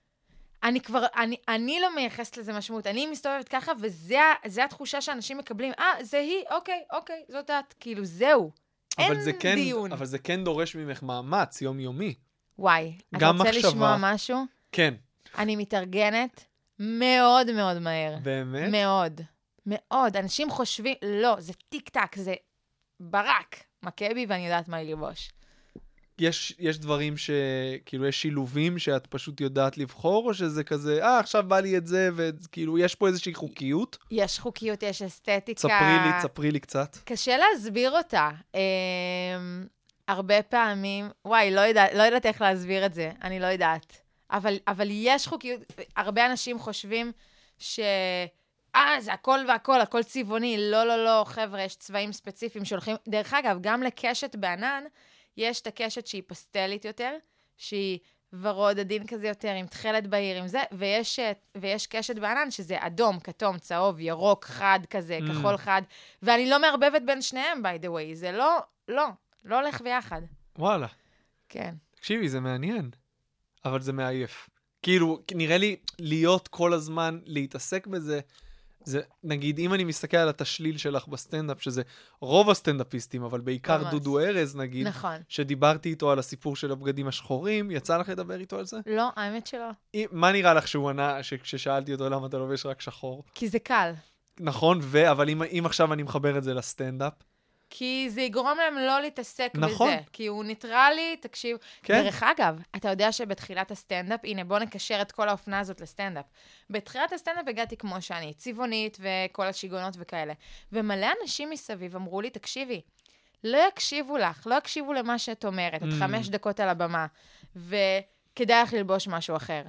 Speaker 7: אני לא מייחסת לזה משמעות, אני מסתובבת ככה, וזה התחושה שאנשים מקבלים, זה היא, אוקיי, זאת את, כאילו זהו. אין דיון.
Speaker 3: אבל זה כן דורש ממך מאמץ יומיומי.
Speaker 7: וואי, אתה רוצה לשמוע משהו?
Speaker 3: כן.
Speaker 7: אני מתארגנת מאוד מאוד מהר.
Speaker 3: באמת?
Speaker 7: מאוד. מאוד. אנשים חושבים, לא, זה טיק טק, זה ברק, מכה בי ואני יודעת מה ללבוש.
Speaker 3: יש דברים שכאילו יש שילובים שאת פשוט יודעת לבחור, או שזה כזה, עכשיו בא לי את זה, וכאילו יש פה איזושהי חוקיות?
Speaker 7: יש חוקיות, יש אסתטיקה.
Speaker 3: ספרי לי קצת.
Speaker 7: קשה להסביר אותה. הרבה פעמים, וואי, לא יודעת איך להסביר את זה, אני לא יודעת. אבל יש חוקיות, הרבה אנשים חושבים זה הכל והכל, הכל צבעוני. לא, חבר'ה, יש צבעים ספציפיים שהולכים. דרך אגב, גם לקשת בענן, יש את הקשת שהיא פסטלית יותר, שהיא ורוד עדין כזה יותר, עם תחלת בהיר, עם זה, ויש קשת בענן שזה אדום, כתום, צהוב, ירוק, חד כזה, כחול חד, ואני לא מערבבת בין שניהם, by the way, זה לא הולך ביחד.
Speaker 3: וואלה.
Speaker 7: כן.
Speaker 3: תקשיבי, זה מעניין, אבל זה מעייף. כאילו, נראה לי להיות כל הזמן, להתעסק בזה, זה, נגיד, אם אני מסתכל על התשליל שלך בסטנדאפ, שזה רוב הסטנדאפיסטים, אבל בעיקר ממש. דודו ארז, נגיד,
Speaker 7: נכון.
Speaker 3: שדיברתי איתו על הסיפור של הבגדים השחורים, יצא לך לדבר איתו על זה?
Speaker 7: לא, האמת שלא.
Speaker 3: מה נראה לך שהוא ענה, כששאלתי אותו למה אתה לובש רק שחור?
Speaker 7: כי זה קל.
Speaker 3: נכון, אבל אם עכשיו אני מחבר את זה לסטנדאפ,
Speaker 7: כי זה יגרום להם לא להתעסק
Speaker 3: נכון.
Speaker 7: בזה. כי הוא ניטרלי, תקשיב.
Speaker 3: כן.
Speaker 7: דרך אגב, אתה יודע שבתחילת הסטנדאפ, הנה בוא נקשר את כל האופנה הזאת לסטנדאפ. בתחילת הסטנדאפ הגעתי כמו שאני, צבעונית וכל השיגונות וכאלה. ומלא אנשים מסביב אמרו לי, תקשיבי, לא יקשיבו לך, לא יקשיבו למה שאת אומרת, את 5 דקות על הבמה, וכדאי לך ללבוש משהו אחר.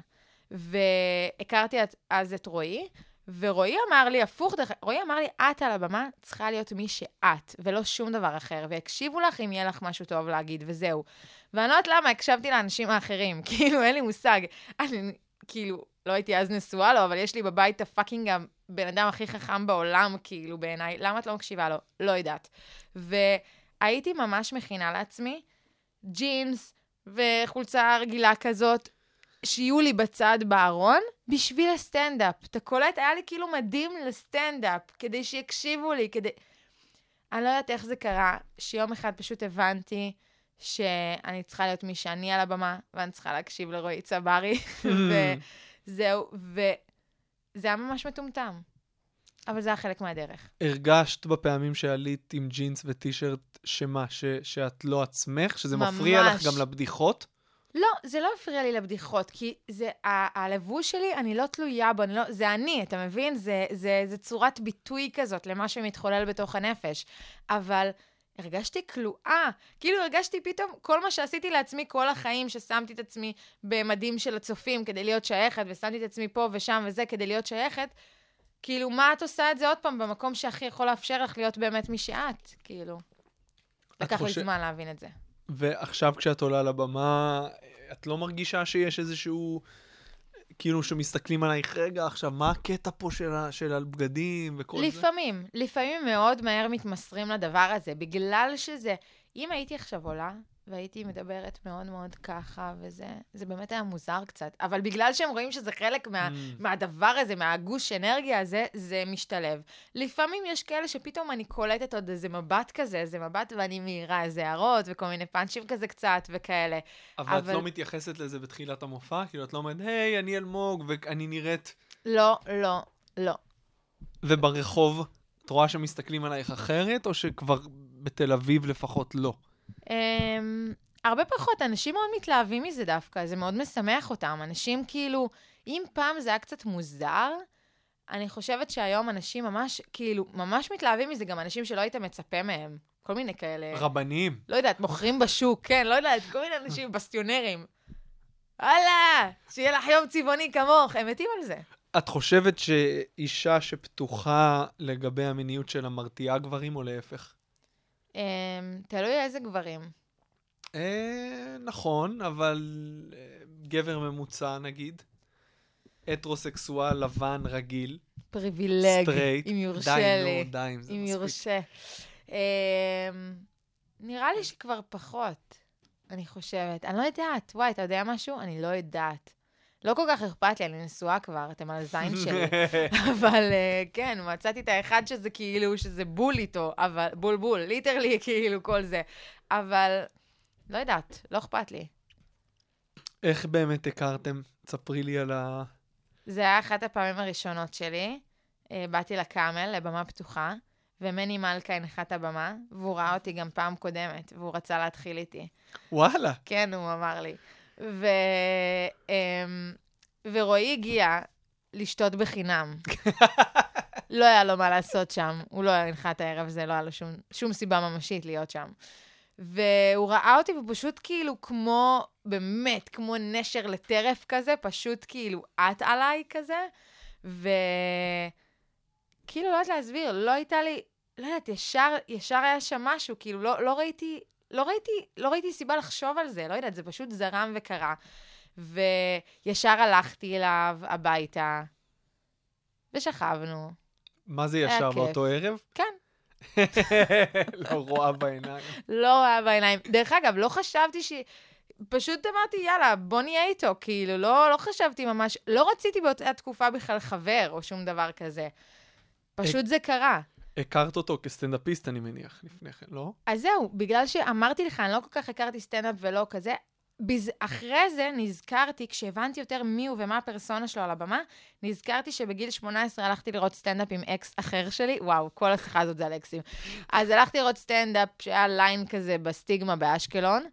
Speaker 7: והכרתי אז את רועי, ורועי אמר לי, הפוך, רועי אמר לי, את על הבמה צריכה להיות מי שאת, ולא שום דבר אחר, ויקשיבו לך אם יהיה לך משהו טוב להגיד, וזהו. ואני לא יודעת למה, הקשבתי לאנשים האחרים, כאילו, אין לי מושג. אני, כאילו, לא הייתי אז נשואה לו, אבל יש לי בבית הפאקינג הבן אדם הכי חכם בעולם, כאילו, בעיניי, למה את לא מקשיבה לו? לא יודעת. והייתי ממש מכינה לעצמי, ג'ינס וחולצה רגילה כזאת, שיהיו לי בצד בארון, בשביל הסטנדאפ. את הקולט היה לי כאילו מדהים לסטנדאפ, כדי שיקשיבו לי, אני לא יודעת איך זה קרה, שיום אחד פשוט הבנתי שאני צריכה להיות מי שאני על הבמה, ואני צריכה להקשיב לרועי צברי, וזהו, וזה היה ממש מטומטם. אבל זה היה חלק מהדרך.
Speaker 3: הרגשת בפעמים שעלית עם ג'ינס וטישרט שאת לא עצמך, שזה מפריע לך גם לבדיחות?
Speaker 7: לא, זה לא הפריע לי לבדיחות, כי זה, הלבוש שלי, אני לא תלויה בו, זה אני, אתה מבין? זה צורת ביטוי כזאת למה שמתחולל בתוך הנפש. אבל הרגשתי כלואה, כאילו הרגשתי פתאום, כל מה שעשיתי לעצמי כל החיים, ששמתי את עצמי במדים של הצופים כדי להיות שייכת, ושמתי את עצמי פה ושם וזה כדי להיות שייכת, כאילו, מה את עושה את זה עוד פעם במקום שהכי יכול לאפשר לך להיות באמת מי שאת? כאילו, לקח לי זמן להבין את זה.
Speaker 3: ועכשיו כשאת עולה לבמה, את לא מרגישה שיש איזשהו, כאילו שמסתכלים עלייך, רגע, עכשיו, מה הקטע פה של הבגדים וכל זה?
Speaker 7: לפעמים מאוד מהר מתמסרים לדבר הזה, בגלל שזה, אם הייתי עכשיו עולה, והייתי מדברת מאוד מאוד ככה, וזה באמת היה מוזר קצת, אבל בגלל שהם רואים שזה חלק מהדבר הזה, מהגוש אנרגיה הזה, זה משתלב. לפעמים יש כאלה שפתאום אני קולטת עוד איזה מבט כזה, איזה מבט, ואני מהירה איזה הערות, וכל מיני פאנצ'ים כזה קצת, וכאלה.
Speaker 3: אבל את לא מתייחסת לזה בתחילת המופע? כאילו, את לא אומרת, היי, אני אלמוג, ואני נראית...
Speaker 7: לא.
Speaker 3: וברחוב, את רואה שמסתכלים עלייך אחרת, או שכבר בתל אביב לפחות לא?
Speaker 7: הרבה פחות, אנשים מאוד מתלהבים מזה דווקא, זה מאוד משמח אותם. אנשים כאילו, אם פעם זה היה קצת מוזר, אני חושבת שהיום אנשים ממש מתלהבים מזה, גם אנשים שלא היית מצפה מהם. כל מיני כאלה.
Speaker 3: רבנים.
Speaker 7: לא יודעת, מוכרים בשוק, כן, לא יודעת, כל מיני אנשים בסטיונרים. הלאה, שיהיה לך יום צבעוני כמוך, הם מתים על זה.
Speaker 3: את חושבת שאישה שפתוחה לגבי המיניות שלה מרתיעה גברים או להפך?
Speaker 7: תלוי איזה גברים.
Speaker 3: נכון, אבל גבר ממוצע נגיד, הטרוסקסואל, לבן, רגיל,
Speaker 7: פריבילג,
Speaker 3: סטרייט,
Speaker 7: אם יורשה לי.
Speaker 3: די, אם זה
Speaker 7: אם
Speaker 3: מספיק.
Speaker 7: יורשה. נראה לי שכבר פחות, אני חושבת. אני לא יודעת. וואי, אתה יודע משהו? אני לא יודעת. לא כל כך אכפת לי, אני נשואה כבר, אתם על הזין שלי. אבל כן, מצאתי את האחד שזה כאילו, שזה בול איתו, אבל בול, ליטרלי כאילו כל זה. אבל לא יודעת, לא אכפת לי.
Speaker 3: איך באמת הכרתם? תספרי לי על
Speaker 7: זה היה אחת הפעמים הראשונות שלי. באתי לקאמל, לבמה פתוחה, ומני מלכה הנחת הבמה, והוא ראה אותי גם פעם קודמת, והוא רצה להתחיל איתי.
Speaker 3: וואלה.
Speaker 7: כן, הוא אמר לי. ורועי הגיע לשתות בחינם. לא היה לו מה לעשות שם, הוא לא הנחה את הערב הזה, לא היה לו שום סיבה ממשית להיות שם. והוא ראה אותי ופשוט כאילו כמו, באמת, כמו נשר לטרף כזה, פשוט כאילו את עליי כזה, וכאילו לא יודעת להסביר, לא הייתה לי, לא יודעת, ישר היה שם משהו, כאילו לא ראיתי סיבה לחשוב על זה, לא יודעת, זה פשוט זרם וקרה. וישר הלכתי אליו הביתה, ושכבנו.
Speaker 3: מה זה ישר באותו ערב?
Speaker 7: כן.
Speaker 3: לא רואה בעיניים.
Speaker 7: לא רואה בעיניים. דרך אגב, לא חשבתי פשוט אמרתי, יאללה, בוא נהיה איתו. כאילו, לא חשבתי ממש, לא רציתי באותה תקופה בכלל חבר, או שום דבר כזה. פשוט זה קרה.
Speaker 3: הכרת אותו כסטנדאפיסט, אני מניח, לפני כן, לא?
Speaker 7: אז זהו, בגלל שאמרתי לך, אני לא כל כך הכרתי סטנדאפ ולא כזה, אחרי זה נזכרתי, כשהבנתי יותר מי הוא ומה הפרסונה שלו על הבמה, נזכרתי שבגיל 18 הלכתי לראות סטנדאפ עם אקס אחר שלי, וואו, כל השיחה הזאת זה על אקסים. אז הלכתי לראות סטנדאפ שהיה ליין כזה בסטיגמה באשקלון,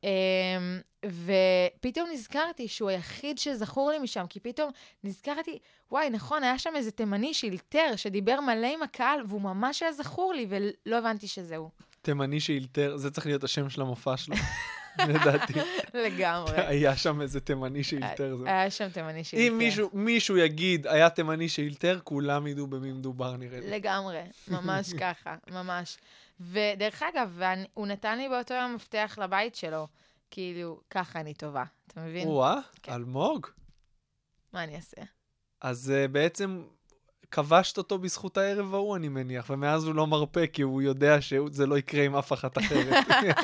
Speaker 7: ופתאום נזכרתי שהוא היחיד שזכור לי משם, כי פתאום נזכרתי, וואי, נכון, היה שם איזה תימני שאילתר, שדיבר מלא עם הקהל, והוא ממש היה זכור לי, ולא הבנתי שזהו.
Speaker 3: תימני שאילתר, זה צריך להיות השם של המופע שלו. לדעתי.
Speaker 7: לגמרי.
Speaker 3: היה שם איזה תימני שאילתר.
Speaker 7: היה שם תימני שאילתר.
Speaker 3: אם מישהו יגיד, היה תימני שאילתר, כולם ידעו במי מדובר, נראה לי.
Speaker 7: לגמרי, ממש ככה, ממש. ודרך אגב, הוא נתן לי באותו יום מפתח לבית שלו, כאילו, ככה אני טובה, אתה מבין?
Speaker 3: וואה, אלמוג.
Speaker 7: מה אני אעשה?
Speaker 3: אז בעצם כבשת אותו בזכות הערב ההוא, אני מניח, ומאז הוא לא מרפא, כי הוא יודע שזה לא יקרה עם אף אחת אחרת.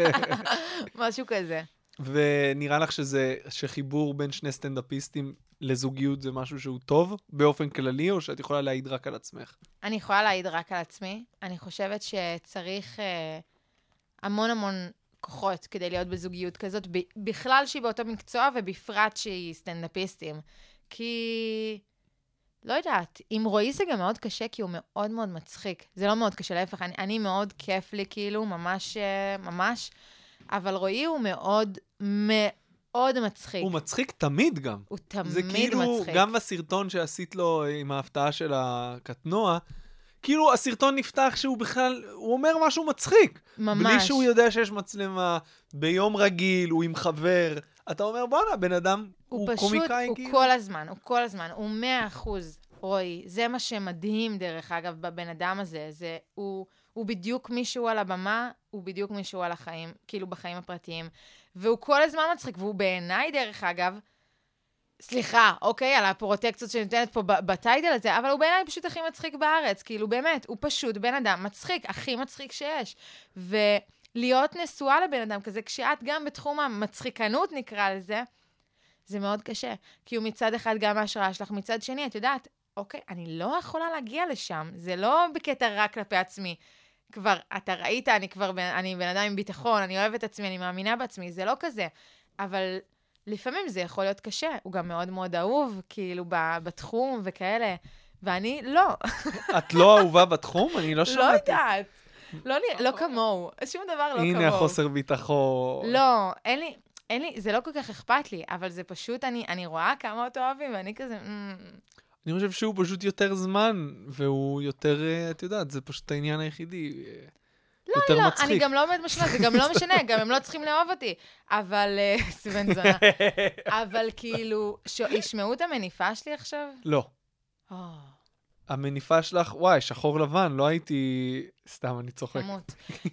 Speaker 7: משהו כזה.
Speaker 3: ונראה לך שחיבור בין שני סטנדאפיסטים לזוגיות זה משהו שהוא טוב באופן כללי, או שאת יכולה להעיד רק על עצמך?
Speaker 7: אני יכולה להעיד רק על עצמי. אני חושבת שצריך המון כוחות כדי להיות בזוגיות כזאת, בכלל שהיא באותו מקצוע, ובפרט שהיא סטנדאפיסטים. כי לא יודעת, עם רועי זה גם מאוד קשה, כי הוא מאוד מאוד מצחיק. זה לא מאוד קשה, להפך, אני מאוד כיף לי, כאילו, ממש, אבל רועי הוא מאוד מאוד מצחיק.
Speaker 3: הוא מצחיק תמיד גם.
Speaker 7: הוא תמיד
Speaker 3: זה כאילו,
Speaker 7: מצחיק.
Speaker 3: גם בסרטון שעשית לו עם ההפתעה של הקטנוע, כאילו הסרטון נפתח שהוא בכלל, הוא אומר משהו מצחיק.
Speaker 7: ממש.
Speaker 3: בלי שהוא יודע שיש מצלמה, ביום רגיל, הוא עם חבר. אתה אומר, בוא'נה, בן אדם, הוא
Speaker 7: פשוט,
Speaker 3: קומיקאי.
Speaker 7: הוא
Speaker 3: כאילו.
Speaker 7: כל הזמן, הוא 100% רועי. זה מה שמדהים, דרך אגב, בבן אדם הזה. הוא בדיוק מישהו על הבמה, הוא בדיוק מישהו על החיים, כאילו בחיים הפרטיים. והוא כל הזמן מצחיק, והוא בעיניי, דרך אגב, סליחה, אוקיי, על הפרוטקציות שנותנת פה בטייטל הזה, אבל הוא בעיניי פשוט הכי מצחיק בארץ, כאילו באמת, הוא פשוט בן אדם מצחיק, הכי מצחיק שיש. ולהיות נשואה לבן אדם כזה, כשאת גם בתחום המצחיקנות נקרא לזה, זה מאוד קשה. כי הוא מצד אחד גם ההשראה שלך, מצד שני, את יודעת, אוקיי, אני לא יכולה להגיע לשם, זה לא בקטע רק כלפי עצמי. כבר, אתה ראית, אני בן אדם עם ביטחון, אני אוהבת את עצמי, אני מאמינה בעצמי, זה לא כזה. אבל לפעמים זה יכול להיות קשה, הוא גם מאוד מאוד אהוב, כאילו, בתחום וכאלה, ואני לא.
Speaker 3: את לא אהובה בתחום? אני לא שמעתי.
Speaker 7: לא יודעת. לא כמוהו, שום דבר לא כמוהו.
Speaker 3: הנה החוסר ביטחון.
Speaker 7: לא, אין לי, זה לא כל כך אכפת לי, אבל זה פשוט, אני רואה כמה אותו אוהבים, ואני כזה,
Speaker 3: אני חושב שהוא פשוט יותר זמן, והוא יותר, את יודעת, זה פשוט העניין היחידי. יותר מצחיק.
Speaker 7: אני גם לא עומד משמע, זה גם לא משנה, גם הם לא צריכים לאהוב אותי. אבל, סבן זונה. אבל כאילו, ישמעו את המניפה שלי עכשיו?
Speaker 3: לא. המניפה שלך, וואי, שחור לבן, לא הייתי, סתם, אני צוחק.
Speaker 7: כמות.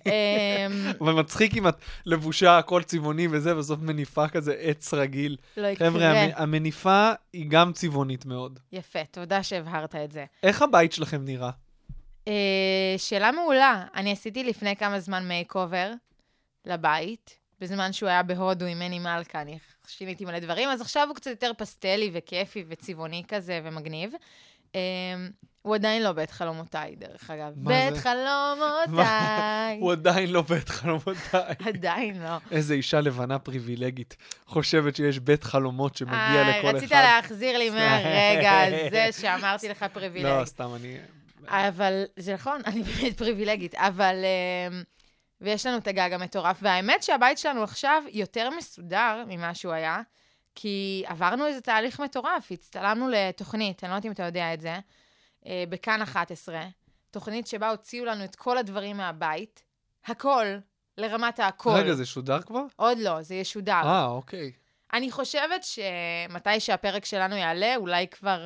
Speaker 3: אבל מצחיק אם את לבושה, הכל צבעוני וזה, בסוף מניפה כזה עץ רגיל.
Speaker 7: לא יקרה.
Speaker 3: חבר'ה, המניפה היא גם צבעונית מאוד.
Speaker 7: יפה, תודה שהבהרת את זה.
Speaker 3: איך הבית שלכם נראה?
Speaker 7: שאלה מעולה. אני עשיתי לפני כמה זמן מייק-אובר לבית, בזמן שהוא היה בהודו עם מני מלכה, אני שיניתי מלא דברים, אז עכשיו הוא קצת יותר פסטלי וכיפי וצבעוני כזה ומגניב. הוא עדיין לא בית חלומותיי, דרך אגב. בית חלומותיי.
Speaker 3: הוא עדיין לא בית חלומותיי.
Speaker 7: עדיין לא.
Speaker 3: איזה אישה לבנה פריבילגית. חושבת שיש בית חלומות שמגיע לכל אחד.
Speaker 7: רצית להחזיר לי מהרגע הזה שאמרתי לך פריבילג.
Speaker 3: לא, סתם,
Speaker 7: אבל זה נכון, אני באמת פריבילגית, אבל... ויש לנו את הגג המטורף, והאמת שהבית שלנו עכשיו יותר מסודר ממה שהוא היה, כי עברנו איזה תהליך מטורף, הצטלמנו לתוכנית, אני לא יודעת אם אתה יודע את זה, בכאן 11, תוכנית שבה הוציאו לנו את כל הדברים מהבית, הכל, לרמת הכל.
Speaker 3: רגע, זה שודר כבר?
Speaker 7: עוד לא, זה ישודר.
Speaker 3: אוקיי.
Speaker 7: אני חושבת שמתי שהפרק שלנו יעלה, אולי כבר,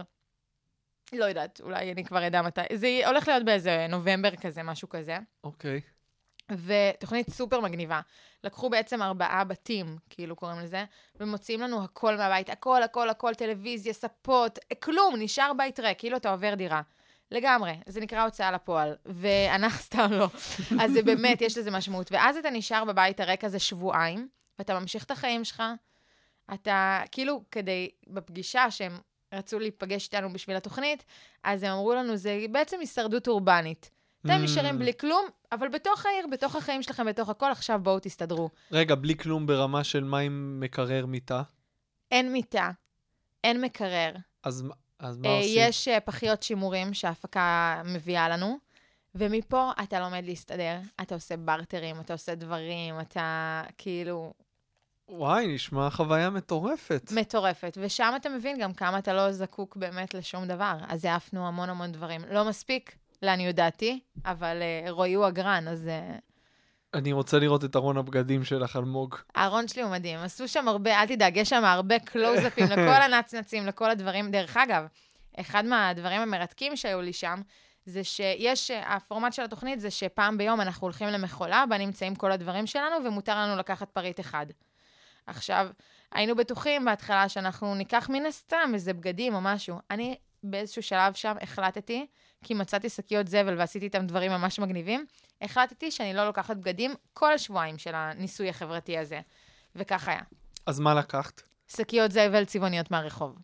Speaker 7: לא יודעת, אולי אני כבר אדע מתי, זה הולך להיות באיזה נובמבר כזה, משהו כזה.
Speaker 3: אוקיי.
Speaker 7: ותוכנית סופר מגניבה. לקחו בעצם 4 בתים, כאילו קוראים לזה, ומוציאים לנו הכל מהבית, הכל, הכל, הכל, טלוויזיה, ספות, כלום, נשאר בית ריק, כאילו אתה עובר דירה. לגמרי, זה נקרא הוצאה לפועל, ואנחנו סתם לא. אז זה באמת, יש לזה משמעות. ואז אתה נשאר בבית הריק הזה שבועיים, ואתה ממשיך את החיים שלך, אתה, כאילו, כדי, בפגישה שהם רצו להיפגש איתנו בשביל התוכנית, אז הם אמרו לנו, זה בעצם הישרדות אורבנית. אתם נשארים בלי כלום, אבל בתוך העיר, בתוך החיים שלכם, בתוך הכל, עכשיו בואו תסתדרו.
Speaker 3: רגע, בלי כלום ברמה של מים מקרר מיטה?
Speaker 7: אין מיטה, אין מקרר.
Speaker 3: אז מה עושים?
Speaker 7: יש פחיות שימורים שההפקה מביאה לנו, ומפה אתה לומד להסתדר, אתה עושה ברטרים, אתה עושה דברים, אתה כאילו...
Speaker 3: וואי, נשמע חוויה מטורפת.
Speaker 7: מטורפת, ושם אתה מבין גם כמה אתה לא זקוק באמת לשום דבר. אז העפנו המון המון דברים. לא מספיק, לעניות דעתי, אבל רועי הוא אגרן, אז...
Speaker 3: אני רוצה לראות את ארון הבגדים שלך, אלמוג.
Speaker 7: הארון שלי הוא מדהים. עשו שם הרבה, אל תדאג, יש שם הרבה קלוז-אפים לכל הנצנצים, לכל הדברים. דרך אגב, אחד מהדברים המרתקים שהיו לי שם, זה שיש, הפורמט של התוכנית זה שפעם ביום אנחנו הולכים למחולה, בה נמצאים כל הדברים שלנו, ומותר לנו לקחת פריט אחד. עכשיו, היינו בטוחים בהתחלה שאנחנו ניקח מן הסתם איזה בגדים או משהו. אני באיזשהו שלב שם החלטתי, כי מצאתי שקיות זבל ועשיתי איתם דברים ממש מגניבים, החלטתי שאני לא לוקחת בגדים כל השבועיים של הניסוי החברתי הזה. וכך היה.
Speaker 3: אז מה לקחת?
Speaker 7: שקיות זבל צבעוניות מהרחוב.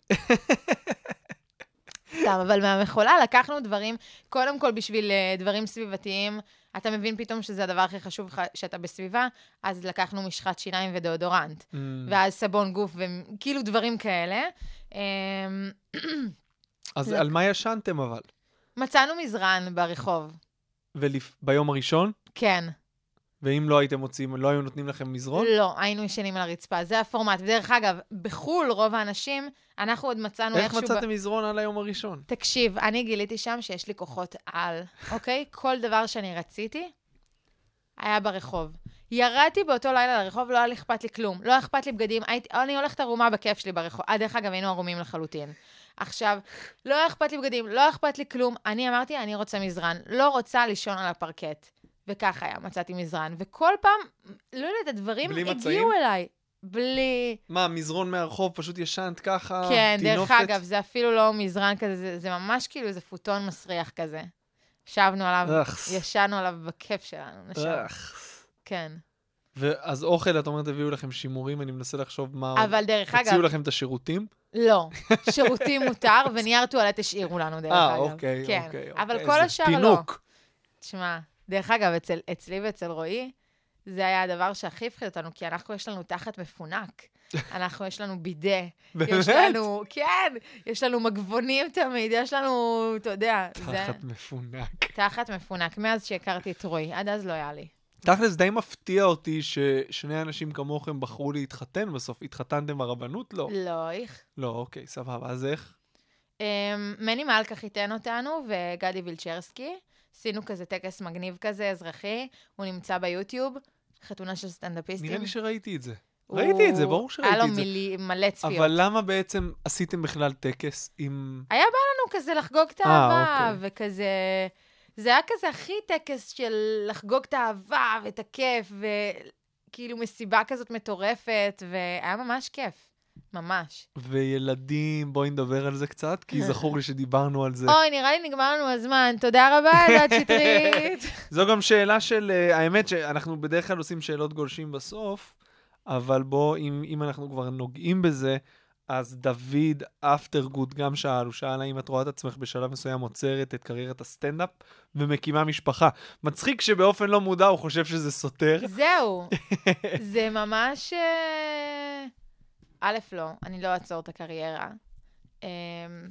Speaker 7: סתם, אבל מהמחולה לקחנו דברים, קודם כל בשביל דברים סביבתיים, אתה מבין פתאום שזה הדבר הכי חשוב לך שאתה בסביבה, אז לקחנו משחת שיניים ודאודורנט, ואז סבון גוף וכאילו דברים כאלה.
Speaker 3: אז על מה ישנתם אבל?
Speaker 7: מצאנו מזרן ברחוב.
Speaker 3: ביום הראשון?
Speaker 7: כן.
Speaker 3: ואם לא הייתם מוצאים, לא היו נותנים לכם מזרון?
Speaker 7: לא, היינו ישנים על הרצפה, זה הפורמט. ודרך אגב, בחול רוב האנשים, אנחנו עוד מצאנו
Speaker 3: איך מצאתם מזרון על היום הראשון?
Speaker 7: תקשיב, אני גיליתי שם שיש לי כוחות על, אוקיי? כל דבר שאני רציתי, היה ברחוב. ירדתי באותו לילה לרחוב, לא היה לי אכפת לי כלום. לא אכפת לי בגדים, אני הולכת ערומה בכיף שלי ברחוב. דרך אגב, היינו ערומים לחלוטין. עכשיו, לא אכפת לי בגדים, לא אכפת לי כלום. אני אמרתי, אני רוצה מזרן. לא רוצה לישון על הפרקט. וכך היה, מצאתי מזרן. וכל פעם, לא יודעת, הדברים הגיעו אליי. בלי...
Speaker 3: מה, מזרון מהרחוב פשוט ישנת ככה?
Speaker 7: כן,
Speaker 3: תינופת?
Speaker 7: דרך אגב, זה אפילו לא מזרן כזה, זה ממש כאילו איזה פוטון מסריח כזה. ישבנו עליו, ישנו עליו בכיף שלנו, נשאר. כן.
Speaker 3: ואז אוכל, את אומרת, הביאו לכם שימורים, אני מנסה לחשוב מה...
Speaker 7: אבל דרך אגב...
Speaker 3: הציעו לכם את השירותים?
Speaker 7: לא, שירותים מותר, ונייר טואלט השאירו לנו דרך אגב.
Speaker 3: אוקיי,
Speaker 7: כן.
Speaker 3: אוקיי.
Speaker 7: אבל כל השאר לא.
Speaker 3: פינוק.
Speaker 7: תשמע, דרך אגב, אצלי ואצל רועי, זה היה הדבר שהכי הפחיד אותנו, כי אנחנו, יש לנו תחת מפונק. יש לנו בידה.
Speaker 3: באמת?
Speaker 7: כן, יש לנו מגבונים תמיד, יש לנו, אתה יודע.
Speaker 3: תחת מפונק.
Speaker 7: תחת מפונק, מאז שהכרתי את רועי, עד אז לא היה לי.
Speaker 3: תכלס די מפתיע אותי ששני אנשים כמוכם בחרו להתחתן בסוף. התחתנתם ברבנות? לא.
Speaker 7: לא, איך.
Speaker 3: לא, אוקיי, סבבה. אז איך?
Speaker 7: מני מלכה חיתן אותנו, וגדי וילצ'רסקי. עשינו כזה טקס מגניב כזה, אזרחי. הוא נמצא ביוטיוב, חתונה של סטנדאפיסטים.
Speaker 3: נראה לי שראיתי את זה. ראיתי את זה, ברור שראיתי את זה.
Speaker 7: היה לו מלא צפיות.
Speaker 3: אבל למה בעצם עשיתם בכלל טקס עם...
Speaker 7: היה בא לנו כזה לחגוג את האהבה, וכזה... זה היה כזה הכי טקס של לחגוג את האהבה ואת הכיף, וכאילו מסיבה כזאת מטורפת, והיה ממש כיף. ממש.
Speaker 3: וילדים, בואי נדבר על זה קצת, כי זכור לי שדיברנו על זה.
Speaker 7: אוי, נראה לי נגמר לנו הזמן. תודה רבה, אלדד שטרית.
Speaker 3: זו גם שאלה של... האמת שאנחנו בדרך כלל עושים שאלות גולשים בסוף, אבל בוא, אם אנחנו כבר נוגעים בזה, אז דוד אפטרגוד גם שאל, הוא שאל האם את רואה את עצמך בשלב מסוים עוצרת את קריירת הסטנדאפ ומקימה משפחה. מצחיק שבאופן לא מודע הוא חושב שזה סותר.
Speaker 7: זהו. זה ממש... א', לא, אני לא אעצור את הקריירה.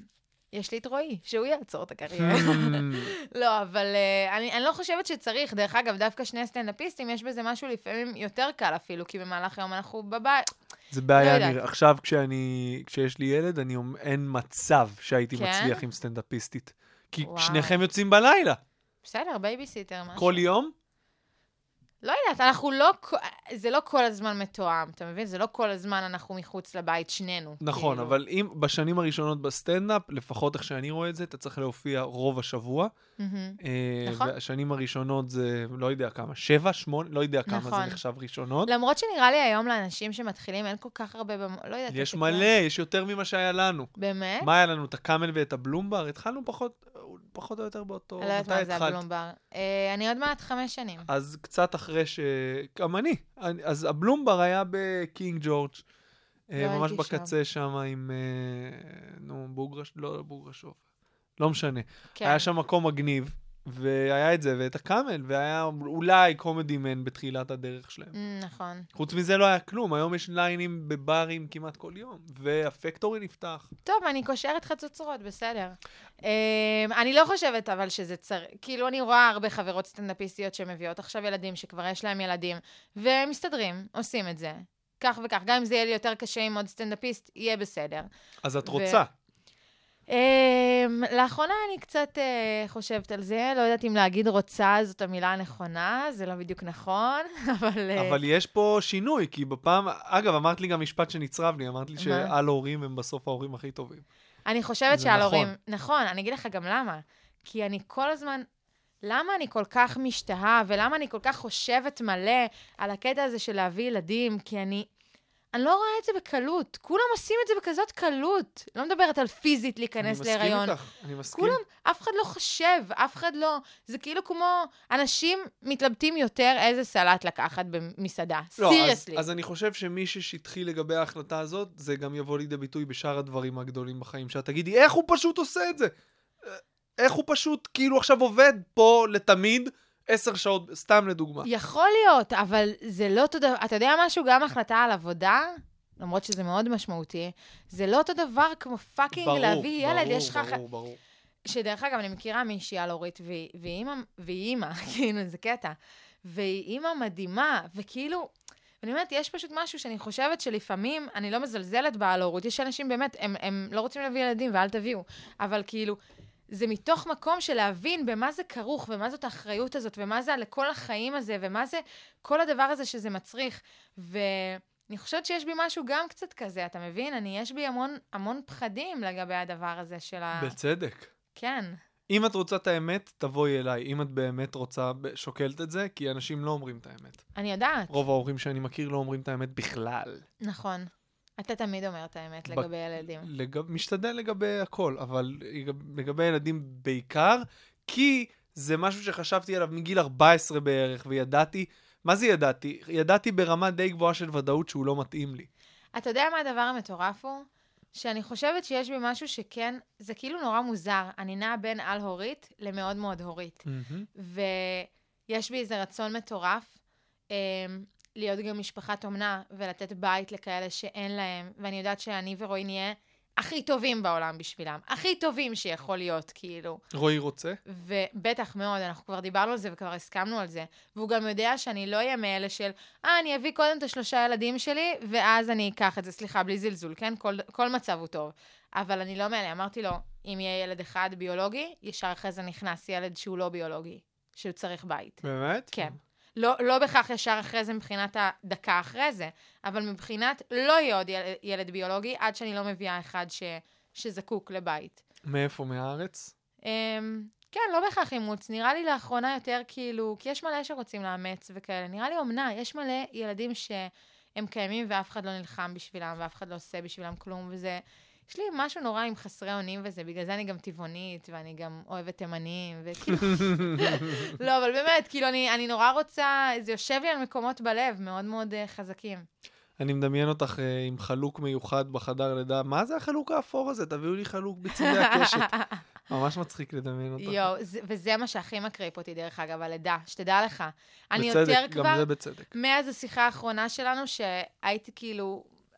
Speaker 7: יש לי את רועי, שהוא יעצור את הקריירה. לא, אבל אני לא חושבת שצריך. דרך אגב, דווקא שני סטנדאפיסטים, יש בזה משהו לפעמים יותר קל אפילו, כי במהלך היום אנחנו בבית.
Speaker 3: זה בעיה, עכשיו כשיש לי ילד, אין מצב שהייתי מצליח עם סטנדאפיסטית. כי שניכם יוצאים בלילה.
Speaker 7: בסדר, בייביסיטר, משהו.
Speaker 3: כל יום?
Speaker 7: לא יודעת, אנחנו לא, זה לא כל הזמן מתואם, אתה מבין? זה לא כל הזמן אנחנו מחוץ לבית שנינו.
Speaker 3: נכון,
Speaker 7: כאילו.
Speaker 3: אבל אם בשנים הראשונות בסטנדאפ, לפחות איך שאני רואה את זה, אתה צריך להופיע רוב השבוע.
Speaker 7: נכון.
Speaker 3: והשנים הראשונות זה, לא יודע כמה, 7, 8, לא יודע כמה זה נחשב ראשונות.
Speaker 7: למרות שנראה לי היום לאנשים שמתחילים, אין כל כך הרבה, לא יודעת.
Speaker 3: יש מלא, יש יותר ממה שהיה לנו.
Speaker 7: באמת?
Speaker 3: מה היה לנו? את הקאמל ואת הבלומבר? התחלנו פחות או יותר באותו...
Speaker 7: לא יודעת מה זה הבלומבר. אני עוד מעט 5 שנים.
Speaker 3: אז קצת אחרי גם אני. אז הבלומבר היה בקינג ג'ורג', ממש בקצה שם עם... נו, לא בוגרשוב. לא משנה. היה שם מקום מגניב, והיה את זה, ואת הקאמל, והיה אולי קומדי מן בתחילת הדרך שלהם.
Speaker 7: נכון.
Speaker 3: חוץ מזה לא היה כלום. היום יש ליינים בברים כמעט כל יום, והפקטורי נפתח.
Speaker 7: טוב, אני קושרת חצוצרות, בסדר. אני לא חושבת אבל שזה כאילו אני רואה הרבה חברות סטנדאפיסטיות שמביאות עכשיו ילדים, שכבר יש להם ילדים, ומסתדרים, עושים את זה. כך וכך. גם אם זה יהיה לי יותר קשה עם עוד סטנדאפיסט, יהיה בסדר.
Speaker 3: אז את רוצה?
Speaker 7: לאחרונה אני קצת חושבת על זה, לא יודעת אם להגיד רוצה זאת המילה הנכונה, זה לא בדיוק נכון,
Speaker 3: אבל יש פה שינוי, כי בפעם, אגב, אמרת לי גם משפט שנצרב לי, אמרת לי שעל הורים הם בסוף ההורים הכי טובים.
Speaker 7: אני חושבת שעל הורים, נכון, אני אגיד לך גם למה, כי אני כל הזמן, למה אני כל כך משתהה, ולמה אני כל כך חושבת מלא על הקטע הזה של להביא ילדים, כי אני לא רואה את זה בקלות. כולם עושים את זה בכזאת קלות. לא מדברת על פיזית להיכנס להיריון.
Speaker 3: אני מסכים איתך, אני מסכים.
Speaker 7: כולם, אף אחד לא חושב, אף אחד לא. זה כאילו כמו, אנשים מתלבטים יותר איזה סלט לקחת במסעדה. סיריוסלי.
Speaker 3: אז אני חושב שמי ששטחי לגבי ההחלטה הזאת, זה גם יבוא לידי ביטוי בשאר הדברים הגדולים בחיים. שאת תגידי, איך הוא פשוט עושה את זה? איך הוא פשוט כאילו עכשיו עובד פה לתמיד 10 שעות, סתם לדוגמה.
Speaker 7: יכול להיות, אבל זה לא אותו דבר. אתה יודע משהו? גם החלטה על עבודה, למרות שזה מאוד משמעותי, זה לא אותו דבר כמו פאקינג להביא ילד.
Speaker 3: ברור.
Speaker 7: שדרך אגב, אני מכירה מישהי על הורית, והיא אימא, כאילו, זה קטע. והיא אימא מדהימה, וכאילו, אני אומרת, יש פשוט משהו שאני חושבת שלפעמים, אני לא מזלזלת בה על הורית, יש אנשים באמת, הם לא רוצים להביא ילדים, ואל תביאו. אבל כאילו, זה מתוך מקום של להבין במה זה כרוך, ומה זאת האחריות הזאת, ומה זה לכל החיים הזה, ומה זה כל הדבר הזה שזה מצריך. ואני חושבת שיש בי משהו גם קצת כזה, אתה מבין? יש בי המון פחדים לגבי הדבר הזה של
Speaker 3: בצדק.
Speaker 7: כן.
Speaker 3: אם את רוצה את האמת, תבואי אליי. אם את באמת רוצה, שוקלת את זה, כי אנשים לא אומרים את האמת.
Speaker 7: אני יודעת.
Speaker 3: רוב ההורים שאני מכיר לא אומרים את האמת בכלל.
Speaker 7: נכון. אתה תמיד אומר את האמת לגבי ילדים.
Speaker 3: משתדל לגבי הכל, אבל לגבי ילדים בעיקר, כי זה משהו שחשבתי עליו מגיל 14 בערך, וידעתי, מה זה ידעתי? ידעתי ברמה די גבוהה של ודאות שהוא לא מתאים לי.
Speaker 7: אתה יודע מה הדבר המטורף הוא? שאני חושבת שיש בי משהו שכן, זה כאילו נורא מוזר. אני נעה בין על-הורית למאוד מאוד הורית. ויש בי איזה רצון מטורף, להיות גם משפחת אומנה, ולתת בית לכאלה שאין להם, ואני יודעת שאני ורועי נהיה הכי טובים בעולם בשבילם, הכי טובים שיכול להיות, כאילו.
Speaker 3: רועי רוצה?
Speaker 7: ובטח מאוד, אנחנו כבר דיברנו על זה וכבר הסכמנו על זה, והוא גם יודע שאני לא אהיה מאלה של, אני אביא קודם את 3 ילדים שלי, ואז אני אקח את זה, סליחה, בלי זלזול, כן? כל מצב הוא טוב. אבל אני לא מאלה, אמרתי לו, אם יהיה ילד אחד ביולוגי, ישר אחרי זה נכנס ילד שהוא לא ביולוגי, שהוא צריך בית.
Speaker 3: באמת?
Speaker 7: כן. לא בכך ישר אחרי זה מבחינת הדקה אחרי זה, אבל מבחינת לא יהיה עוד ילד ביולוגי, עד שאני לא מביאה אחד שזקוק לבית.
Speaker 3: מאיפה? מהארץ?
Speaker 7: כן, לא בכך אימוץ. נראה לי לאחרונה יותר כאילו, כי יש מלא שרוצים לאמץ וכאלה. נראה לי אומנה, יש מלא ילדים שהם קיימים ואף אחד לא נלחם בשבילם, ואף אחד לא עושה בשבילם כלום, וזה... יש לי משהו נורא עם חסרי אונים וזה, בגלל זה אני גם טבעונית, ואני גם אוהבת תימנים, וכאילו... לא, אבל באמת, כאילו, אני נורא רוצה, זה יושב לי על מקומות בלב, מאוד מאוד חזקים.
Speaker 3: אני מדמיין אותך עם חלוק מיוחד בחדר לידה. מה זה החלוק האפור הזה? תביאו לי חלוק בצדי הקשת. ממש מצחיק לדמיין אותך.
Speaker 7: יו, וזה מה שהכי מקריפ אותי, דרך אגב, הלידה, שתדע לך. אני
Speaker 3: בצדק,
Speaker 7: יותר
Speaker 3: גם
Speaker 7: כבר,
Speaker 3: זה בצדק.
Speaker 7: מאז השיחה האחרונה שלנו, שהייתי כאילו...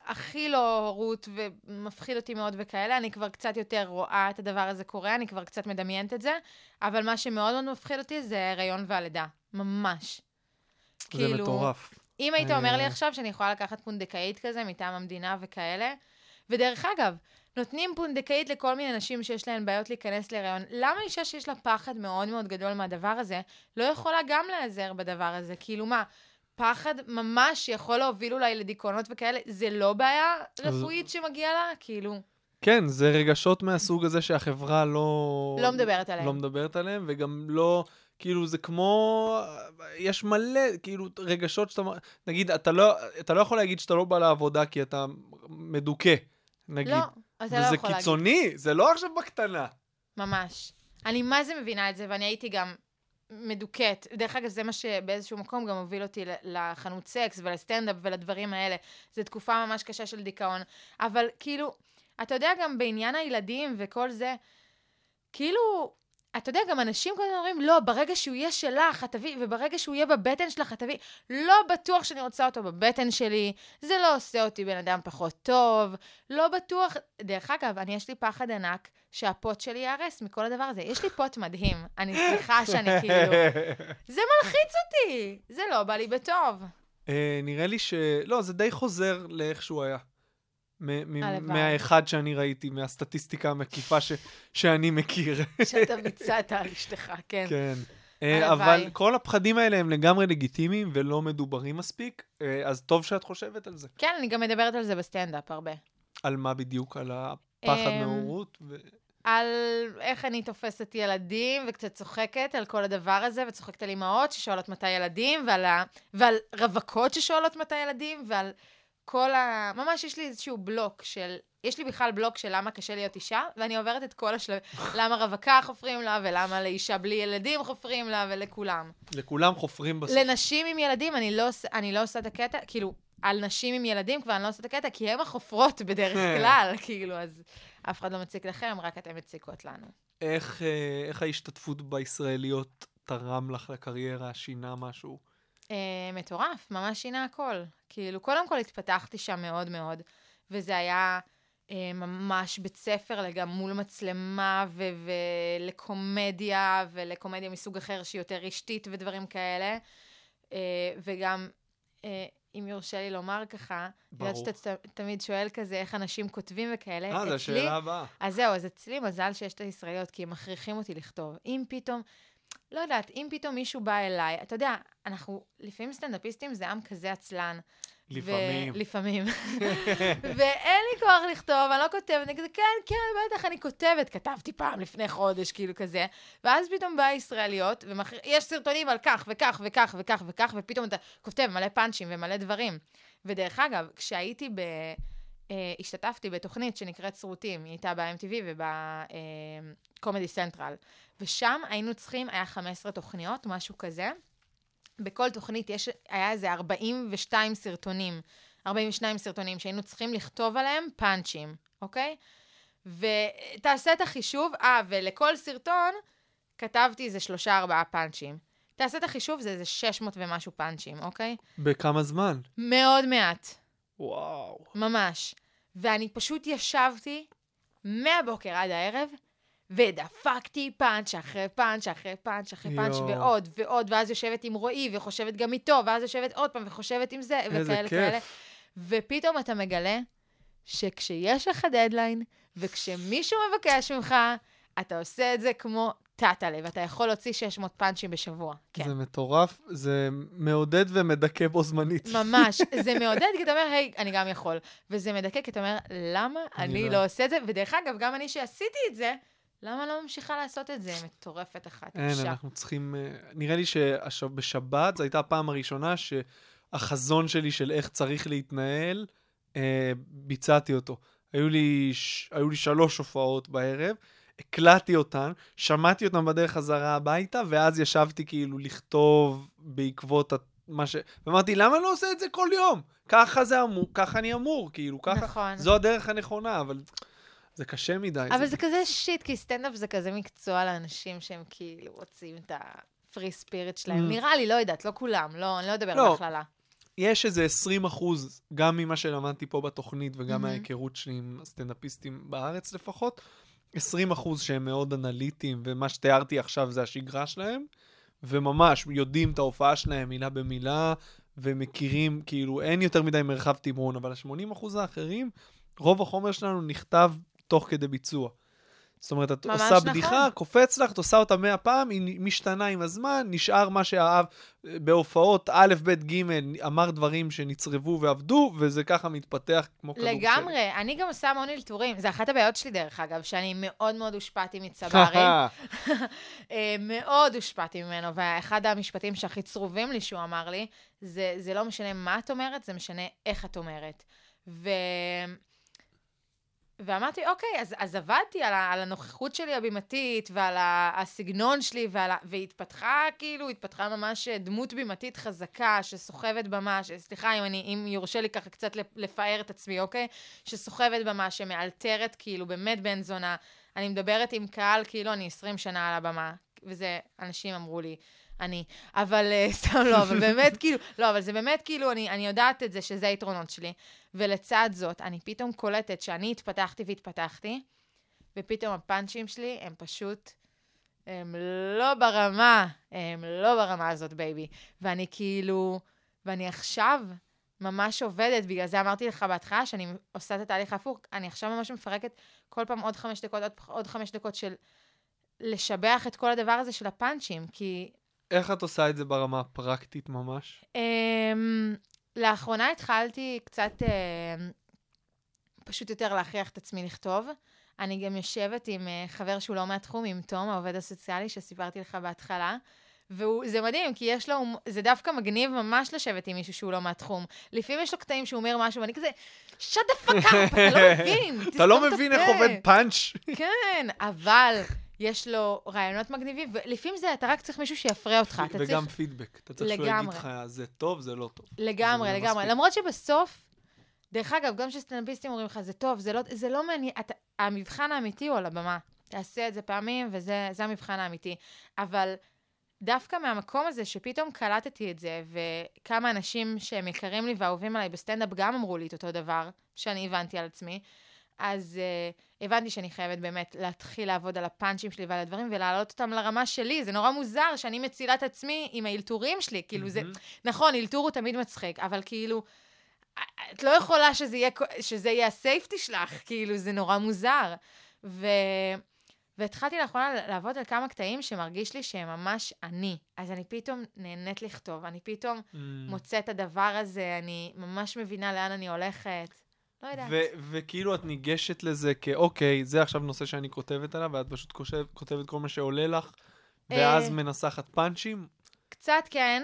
Speaker 7: הכי לא הורות ומפחיד אותי מאוד וכאלה, אני כבר קצת יותר רואה את הדבר הזה קורה, אני כבר קצת מדמיינת את זה, אבל מה שמאוד מאוד מפחיד אותי זה הריון והלידה. ממש.
Speaker 3: זה
Speaker 7: כאילו,
Speaker 3: מטורף.
Speaker 7: אם היית אומר לי עכשיו שאני יכולה לקחת פונדקאית כזה מטעם המדינה וכאלה, ודרך אגב, נותנים פונדקאית לכל מיני נשים שיש להן בעיות להיכנס להיריון. למה אישה שיש לה פחד מאוד מאוד גדול מהדבר הזה, לא יכולה גם להיעזר בדבר הזה? כאילו מה, פחד ממש יכול להוביל אולי לדיכאונות וכאלה, זה לא בעיה רפואית שמגיעה לה? כאילו...
Speaker 3: כן, זה רגשות מהסוג הזה שהחברה לא
Speaker 7: מדברת עליהם.
Speaker 3: לא מדברת עליהם, וגם לא... כאילו זה כמו, יש מלא, כאילו רגשות שאתה, נגיד, אתה לא יכול להגיד שאתה לא בא לעבודה כי אתה מדוכא, נגיד.
Speaker 7: לא, אתה לא יכול להגיד.
Speaker 3: וזה קיצוני, זה לא עכשיו בקטנה.
Speaker 7: ממש. אני מה זה מבינה את זה, ואני הייתי גם מדוכאת. דרך אגב, זה מה שבאיזשהו מקום גם הוביל אותי לחנות סקס ולסטנדאפ ולדברים האלה. זו תקופה ממש קשה של דיכאון. אבל כאילו, אתה יודע גם בעניין הילדים וכל זה, כאילו... אתה יודע, גם אנשים כל הזמן אומרים, לא, ברגע שהוא יהיה שלך, תביא, וברגע שהוא יהיה בבטן שלך, תביא, לא בטוח שאני רוצה אותו בבטן שלי, זה לא עושה אותי בן אדם פחות טוב, לא בטוח, דרך אגב, יש לי פחד ענק שהפוט שלי יערס מכל הדבר הזה. יש לי פוט מדהים, אני שמחה שאני כאילו, זה מלחיץ אותי, זה לא בא לי בטוב.
Speaker 3: נראה לי לא, זה די חוזר לאיך שהוא היה. מהאחד שאני ראיתי, מהסטטיסטיקה המקיפה שאני מכיר.
Speaker 7: שאתה ביצעת על אשתך, כן.
Speaker 3: כן. אבל כל הפחדים האלה הם לגמרי לגיטימיים ולא מדוברים מספיק, אז טוב שאת חושבת על זה.
Speaker 7: כן, אני גם מדברת על זה בסטנדאפ הרבה.
Speaker 3: על מה בדיוק? על הפחד מהורות?
Speaker 7: על איך אני תופסת ילדים וקצת צוחקת על כל הדבר הזה, וצוחקת על אמהות ששואלות מתי ילדים, ועל רווקות ששואלות מתי ילדים, ועל... ממש יש לי איזשהו בלוק יש לי בכלל בלוק של למה קשה להיות אישה, ואני עוברת את כל השלבים, למה רווקה חופרים לה, ולמה לאישה בלי ילדים חופרים לה, ולכולם.
Speaker 3: לכולם חופרים בסוף.
Speaker 7: לנשים עם ילדים, אני לא עושה את הקטע, כאילו, על נשים עם ילדים כבר אני לא עושה את הקטע, כי הן החופרות בדרך כלל, כאילו, אז אף אחד לא מציק לכם, רק אתם מציקות לנו.
Speaker 3: איך ההשתתפות בישראליות תרם לך לקריירה, שינה משהו?
Speaker 7: מטורף, ממש שינה הכל. כאילו, קודם כל התפתחתי שם מאוד מאוד, וזה היה ממש בית ספר גם מול מצלמה ולקומדיה, ולקומדיה מסוג אחר שהיא יותר רשתית ודברים כאלה. וגם, אם יורשה לי לומר ככה, יודעת שאתה תמיד שואל כזה איך אנשים כותבים וכאלה.
Speaker 3: זה השאלה הבאה.
Speaker 7: אז זהו, אז אצלי מזל שיש את הישראליות, כי הם מכריחים אותי לכתוב. אם פתאום... לא יודעת, אם פתאום מישהו בא אליי, אתה יודע, אנחנו לפעמים סטנדאפיסטים זה עם כזה עצלן. לפעמים. ואין לי כוח לכתוב, אני לא כותבת, אני כזה, כן, בטח, אני כותבת, כתבתי פעם לפני חודש, כאילו כזה, ואז פתאום באה ישראליות, יש סרטונים על כך וכך וכך וכך וכך, ופתאום אתה כותב מלא פאנצ'ים ומלא דברים. ודרך אגב, כשהייתי השתתפתי בתוכנית שנקראת סרוטים, היא הייתה ב-MTV ובקומדי סנטרל, ושם היינו צריכים, היה 15 תוכניות, משהו כזה, בכל תוכנית היה איזה 42 סרטונים שהיינו צריכים לכתוב עליהם פאנצ'ים, אוקיי? ותעשה את החישוב, ולכל סרטון כתבתי איזה 3-4 פאנצ'ים. תעשה את החישוב, זה איזה 600 ומשהו פאנצ'ים, אוקיי?
Speaker 3: בכמה זמן?
Speaker 7: מאוד מעט.
Speaker 3: וואו.
Speaker 7: ממש. ואני פשוט ישבתי מהבוקר עד הערב, ודפקתי פאנץ' אחרי פאנץ' אחרי פאנץ' אחרי פאנץ' ועוד ועוד, ואז יושבת עם רועי וחושבת גם איתו, ואז יושבת עוד פעם וחושבת עם זה, וכאלה כאלה. ופתאום אתה מגלה שכשיש לך דדליין, וכשמישהו מבקש ממך, אתה עושה את זה כמו טאטה לב, אתה יכול להוציא 600 פאנצ'ים בשבוע. כן.
Speaker 3: זה מטורף, זה מעודד ומדכא בו זמנית.
Speaker 7: ממש, זה מעודד, כי אתה אומר, היי, אני גם יכול. וזה מדכא, כי אתה אומר, למה אני לא עושה את זה? ודרך אגב, גם אני שעשיתי את זה, למה לא ממשיכה לעשות את זה? מטורפת אחת.
Speaker 3: אין, אנחנו צריכים... נראה לי שבשבת, זו הייתה הפעם הראשונה שהחזון שלי של איך צריך להתנהל, ביצעתי אותו. היו לי 3 הופעות בערב, הקלטתי אותן, שמעתי אותן בדרך חזרה הביתה, ואז ישבתי כאילו לכתוב בעקבות מה ש... ואמרתי, למה לא עושה את זה כל יום? ככה זה אמור, ככה אני אמור, כאילו, ככה...
Speaker 7: נכון.
Speaker 3: זו הדרך הנכונה, אבל... זה קשה מדי.
Speaker 7: אבל זה כזה שיט, כי סטנדאפ זה כזה מקצוע לאנשים שהם כאילו רוצים את הפרי ספיריט שלהם. נראה לי, לא יודעת, לא כולם, אני לא אדבר בכללה.
Speaker 3: יש איזה 20%, גם ממה שלמדתי פה בתוכנית, וגם מההיכרות שלי עם הסטנדאפיסטים בארץ לפחות, 20% שהם מאוד אנליטיים, ומה שתיארתי עכשיו זה השגרה שלהם, וממש יודעים את ההופעה שלהם מילה במילה, ומכירים, כאילו אין יותר מדי מרחב תמרון, אבל ה-80% האחרים, רוב החומר שלנו נכתב תוך כדי ביצוע. זאת אומרת, את עושה בדיחה, קופץ לך, את עושה אותה 100 פעם, היא משתנה עם הזמן, נשאר מה שהאהב בהופעות, א', ב', ג', אמר דברים שנצרבו ועבדו, וזה ככה מתפתח כמו כדור שלג.
Speaker 7: לגמרי, אני גם עושה המון אלתורים, זה אחת הבעיות שלי דרך אגב, שאני מאוד מאוד הושפעתי מצברי, מאוד הושפעתי ממנו, ואחד המשפטים שהכי צרובים לי שהוא אמר לי, זה לא משנה מה את אומרת, זה משנה איך את אומרת. ואמרתי, אוקיי, אז עבדתי על הנוכחות שלי הבימתית, ועל הסגנון שלי, והתפתחה, כאילו, התפתחה ממש דמות בימתית חזקה, שסוחבת במה, סליחה, אם יורשה לי ככה קצת לפאר את עצמי, אוקיי? שסוחבת במה, שמאלתרת, כאילו, באמת בן זונה. אני מדברת עם קהל, כאילו, אני 20 שנה על הבמה, וזה, אנשים אמרו לי, אבל סתם לא, אבל באמת כאילו, לא, אבל זה באמת כאילו, אני יודעת את זה, שזה היתרונות שלי. ולצד זאת, אני פתאום קולטת שאני התפתחתי, ופתאום הפאנצ'ים שלי הם פשוט, הם לא ברמה הזאת, בייבי. ואני כאילו, ואני עכשיו ממש עובדת, בגלל זה אמרתי לך בהתחלה, שאני עושה את התהליך ההפוך, אני עכשיו ממש מפרקת כל פעם עוד 5 דקות, עוד 5 דקות של לשבח את כל הדבר הזה של הפאנצ'ים, כי
Speaker 3: איך את עושה את זה ברמה הפרקטית ממש?
Speaker 7: לאחרונה התחלתי קצת פשוט יותר להכריח את עצמי לכתוב. אני גם יושבת עם חבר שהוא לא מהתחום, עם תום, העובד הסוציאלי, שסיפרתי לך בהתחלה, וזה מדהים, כי יש לו, זה דווקא מגניב ממש לשבת עם מישהו שהוא לא מהתחום. לפעמים יש לו קטעים שהוא אומר משהו, ואני כזה, shut the fuck up, אתה לא מבין.
Speaker 3: אתה לא מבין איך עובד פאנץ'.
Speaker 7: כן, אבל יש לו רעיונות מגניבים, ולפעמים זה, אתה רק צריך מישהו שיפרה אותך.
Speaker 3: וגם פידבק. אתה צריך שהוא יגיד לך, זה טוב, זה לא טוב.
Speaker 7: לגמרי. למרות שבסוף, דרך אגב, גם שסטנדאפיסטים אומרים לך, זה טוב, זה לא מעניין, המבחן האמיתי הוא על הבמה. תעשה את זה פעמים, וזה המבחן האמיתי. אבל דווקא מהמקום הזה, שפתאום קלטתי את זה, וכמה אנשים שהם יקרים לי ואהובים עליי בסטנדאפ גם אמרו לי את אותו דבר, שאני הבנתי על עצמי, אז הבנתי שאני חייבת באמת להתחיל לעבוד על הפאנצ'ים שלי ועל הדברים, ולהעלות אותם לרמה שלי. זה נורא מוזר שאני מצילה את עצמי עם האילתורים שלי. כאילו זה, נכון, אילתור הוא תמיד מצחיק, אבל כאילו, את לא יכולה שזה יהיה הסייפטי שלך, כאילו זה נורא מוזר. והתחלתי לאחרונה לעבוד על כמה קטעים שמרגיש לי שהם ממש אני. אז אני פתאום נהנית לכתוב, אני פתאום מוצאת את הדבר הזה, אני ממש מבינה לאן אני הולכת. לא יודעת.
Speaker 3: וכאילו את ניגשת לזה כאוקיי, זה עכשיו נושא שאני כותבת עליו, ואת פשוט כותבת כל מה שעולה לך, ואז מנסחת פאנצ'ים?
Speaker 7: קצת כן,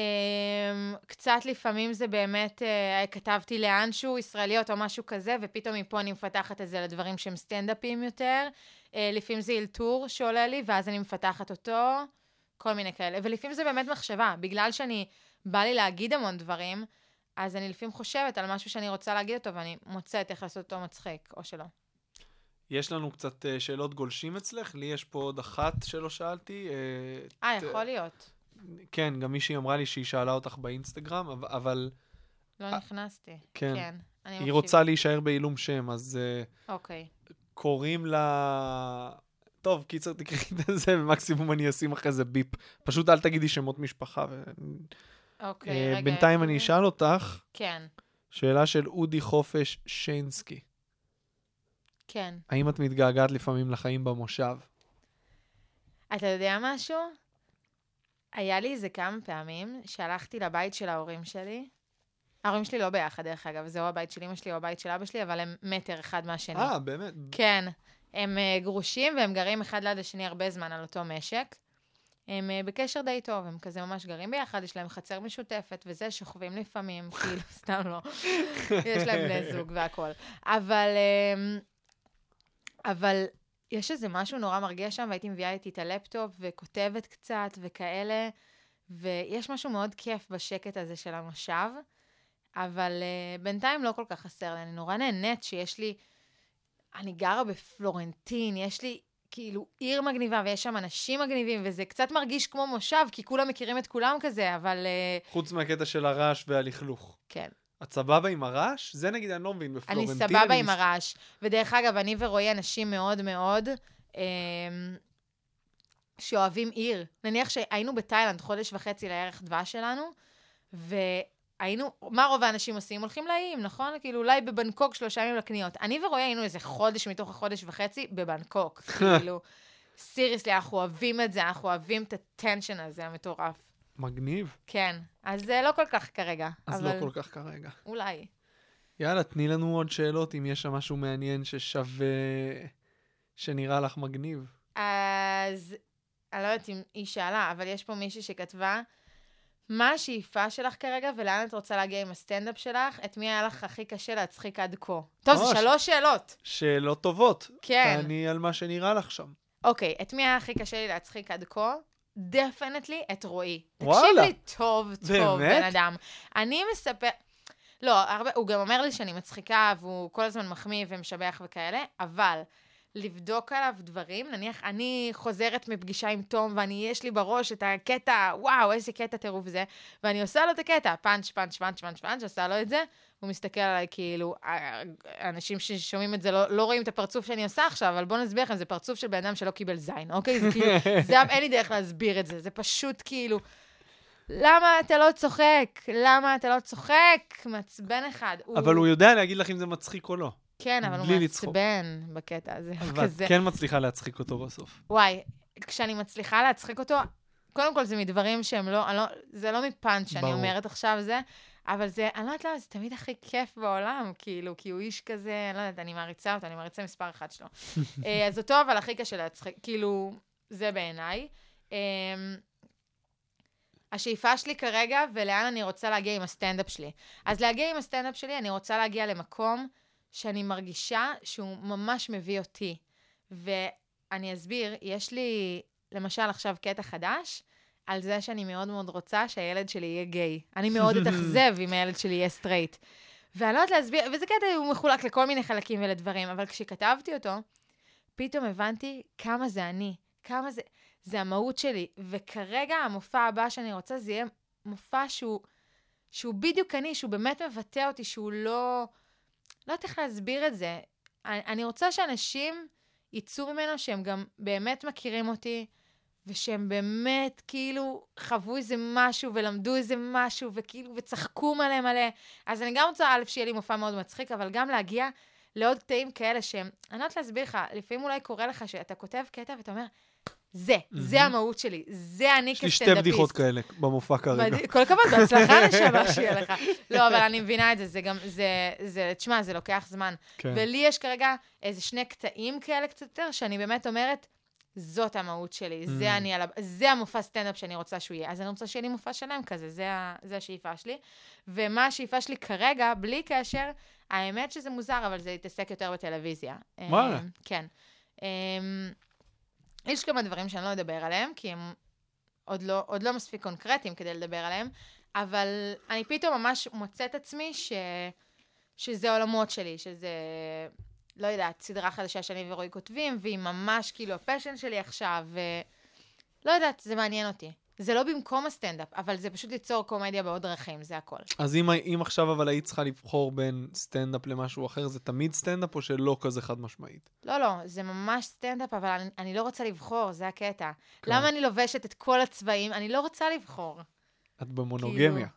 Speaker 7: קצת לפעמים זה באמת, כתבתי לאנשהו, ישראליות או משהו כזה, ופתאום מפה אני מפתחת את זה לדברים שהם סטנדאפים יותר, לפעמים זה אילתור שעולה לי, ואז אני מפתחת אותו, כל מיני כאלה, ולפעמים זה באמת מחשבה, בגלל שאני, בא לי להגיד המון דברים, אז אני לפעמים חושבת על משהו שאני רוצה להגיד אותו, ואני מוצאת איך לעשות אותו מצחיק, או שלא.
Speaker 3: יש לנו קצת שאלות גולשים אצלך, לי יש פה עוד אחת שלא שאלתי.
Speaker 7: יכול להיות.
Speaker 3: כן, גם מישהי אמרה לי שהיא שאלה אותך באינסטגרם, אבל...
Speaker 7: לא נכנסתי.
Speaker 3: כן. היא רוצה להישאר בעילום שם, אז...
Speaker 7: אוקיי.
Speaker 3: קוראים לה... טוב, קיצר תקראי את זה, ומקסימום אני אשים אחרי זה ביפ. פשוט אל תגידי שמות משפחה.
Speaker 7: אוקיי, רגע.
Speaker 3: בינתיים אני אשאל אותך.
Speaker 7: כן.
Speaker 3: שאלה של אודי חופש שיינסקי.
Speaker 7: כן.
Speaker 3: האם את מתגעגעת לפעמים לחיים במושב?
Speaker 7: אתה יודע משהו? היה לי איזה כמה פעמים שהלכתי לבית של ההורים שלי. ההורים שלי לא ביחד, דרך אגב. זהו הבית של אמא שלי או הבית של אבא שלי, אבל הם מטר אחד מהשני.
Speaker 3: באמת?
Speaker 7: כן. הם גרושים והם גרים אחד ליד השני הרבה זמן על אותו משק. הם בקשר די טוב, הם כזה ממש גרים ביחד, יש להם חצר משותפת, וזה שוכבים לפעמים, כאילו, סתם לא. יש להם בני זוג והכל. אבל יש איזה משהו נורא מרגיע שם, והייתי מביאה איתי את הלפטופ, וכותבת קצת וכאלה, ויש משהו מאוד כיף בשקט הזה של המושב, אבל בינתיים לא כל כך חסר לי. אני נורא נהנית שיש לי, אני גרה בפלורנטין, יש לי כאילו עיר מגניבה, ויש שם אנשים מגניבים, וזה קצת מרגיש כמו מושב, כי כולם מכירים את כולם כזה, אבל...
Speaker 3: חוץ מהקטע של הרעש והלכלוך.
Speaker 7: כן.
Speaker 3: את סבבה עם הרעש? זה נגיד, אני לא מבין בפלורנטין.
Speaker 7: אני סבבה עם הרעש. ודרך אגב, אני ורועי אנשים מאוד מאוד שאוהבים עיר. נניח שהיינו בתאילנד חודש וחצי לערך דבש שלנו, והיינו, מה רוב האנשים עושים? הולכים לאיים, נכון? כאילו אולי בבנקוק 3 ימים לקניות. אני ורועי היינו איזה חודש מתוך החודש וחצי בבנקוק. כאילו, סיריסלי, אנחנו אוהבים את זה, אנחנו אוהבים את הטנשן הזה, המטורף.
Speaker 3: מגניב.
Speaker 7: כן, אז זה לא כל כך כרגע.
Speaker 3: אז
Speaker 7: אבל...
Speaker 3: לא כל כך כרגע.
Speaker 7: אולי.
Speaker 3: יאללה, תני לנו עוד שאלות, אם יש שם משהו מעניין ששווה, שנראה לך מגניב.
Speaker 7: אז, אני לא יודעת אם היא שאלה, אבל יש פה מישהי שכתבה, מה השאיפה שלך כרגע, ולאן את רוצה להגיע עם הסטנדאפ שלך? את מי היה לך הכי קשה להצחיק עד כה? טוב, זה 3 שאלות.
Speaker 3: שאלות טובות.
Speaker 7: כן.
Speaker 3: תעני על מה שנראה לך שם.
Speaker 7: אוקיי, את מי היה הכי קשה לי להצחיק עד כה? דפנטלי את רועי.
Speaker 3: וואלה.
Speaker 7: תקשיב לי טוב, טוב,
Speaker 3: באמת?
Speaker 7: בן אדם. אני מספר... לא, הוא גם אומר לי שאני מצחיקה, והוא כל הזמן מחמיא ומשבח וכאלה, אבל לבדוק עליו דברים, נניח, אני חוזרת מפגישה עם תום, ואני, יש לי בראש את הקטע, וואו, איזה קטע טירוף זה, ואני עושה לו את הקטע, פאנץ', פאנץ', פאנץ', פאנץ', פאנץ', עושה לו את זה, הוא מסתכל עליי כאילו, אנשים ששומעים את זה לא רואים את הפרצוף שאני עושה עכשיו, אבל בוא נסביר לכם, זה פרצוף של בן אדם שלא קיבל זין, אוקיי? זה כאילו, אין לי דרך להסביר את זה, זה פשוט כאילו, למה אתה לא צוחק? למה אתה לא צוחק? מעצבן אחד.
Speaker 3: אבל הוא יודע להגיד לך אם זה מצחיק או לא.
Speaker 7: כן, אבל הוא מעצבן בקטע הזה.
Speaker 3: אבל את כן מצליחה להצחיק אותו בסוף.
Speaker 7: וואי, כשאני מצליחה להצחיק אותו, קודם כל זה מדברים שהם לא, זה לא מפאנץ' שאני אומרת עכשיו זה, אבל זה, אני לא יודעת למה, זה תמיד הכי כיף בעולם, כאילו, כי הוא איש כזה, אני לא יודעת, אני מעריצה אותו, אני מעריצה מספר 1 שלו. אז אותו, אבל הכי קשה להצחיק, כאילו, זה בעיניי. השאיפה שלי כרגע, ולאן אני רוצה להגיע עם הסטנדאפ שלי. אז להגיע עם הסטנדאפ שלי, אני רוצה להגיע למקום שאני מרגישה שהוא ממש מביא אותי. ואני אסביר, יש לי, למשל עכשיו קטע חדש, על זה שאני מאוד מאוד רוצה שהילד שלי יהיה גיי. אני מאוד אתאכזב אם הילד שלי יהיה סטרייט. ואני לא יודעת להסביר, וזה קטע הוא מחולק לכל מיני חלקים ולדברים, אבל כשכתבתי אותו, פתאום הבנתי כמה זה אני, כמה זה המהות שלי. וכרגע המופע הבא שאני רוצה, זה יהיה מופע שהוא בדיוק אני, שהוא באמת מבטא אותי, שהוא לא יודעת איך להסביר את זה. אני רוצה שאנשים יצאו ממנו שהם גם באמת מכירים אותי, ושהם באמת כאילו חוו איזה משהו ולמדו איזה משהו וכאילו וצחקו מלא. אז אני גם רוצה שיהיה לי מופע מאוד מצחיק, אבל גם להגיע לעוד קטעים כאלה שהם, אני לא יודעת להסביר לך, לפעמים אולי קורה לך שאתה כותב קטע ואתה אומר, זה המהות שלי, זה אני כסטנדאפיסט.
Speaker 3: יש לי 2 בדיחות כאלה במופע כרגע.
Speaker 7: כל הכבוד, בהצלחה נשמה שיהיה לך. לא, אבל אני מבינה את זה, זה גם, תשמע, זה לוקח זמן. ולי יש כרגע איזה 2 קטעים כאלה קצת יותר, שאני באמת אומרת, זאת המהות שלי, זה המופע סטנדאפ שאני רוצה שהוא יהיה. אז אני רוצה שיהיה לי מופע שלם כזה, זה השאיפה שלי. ומה השאיפה שלי כרגע, בלי קשר, האמת שזה מוזר, אבל זה יתעסק יותר בטלוויזיה.
Speaker 3: וואלה.
Speaker 7: כן. יש כמה דברים שאני לא אדבר עליהם, כי הם עוד לא מספיק קונקרטיים כדי לדבר עליהם, אבל אני פתאום ממש מוצאת עצמי שזה עולמות שלי, שזה, לא יודעת, סדרה חדשה שאני ורועי כותבים, והיא ממש כאילו הפשן שלי עכשיו, ולא יודעת, זה מעניין אותי. זה לא במקום הסטנדאפ, אבל זה פשוט ליצור קומדיה בעוד דרכים, זה הכל.
Speaker 3: אז אם עכשיו אבל היית צריכה לבחור בין סטנדאפ למשהו אחר, זה תמיד סטנדאפ או שלא כזה חד משמעית?
Speaker 7: לא, זה ממש סטנדאפ, אבל אני לא רוצה לבחור, זה הקטע. למה אני לובשת את כל הצבעים? אני לא רוצה לבחור.
Speaker 3: את במונוגמיה.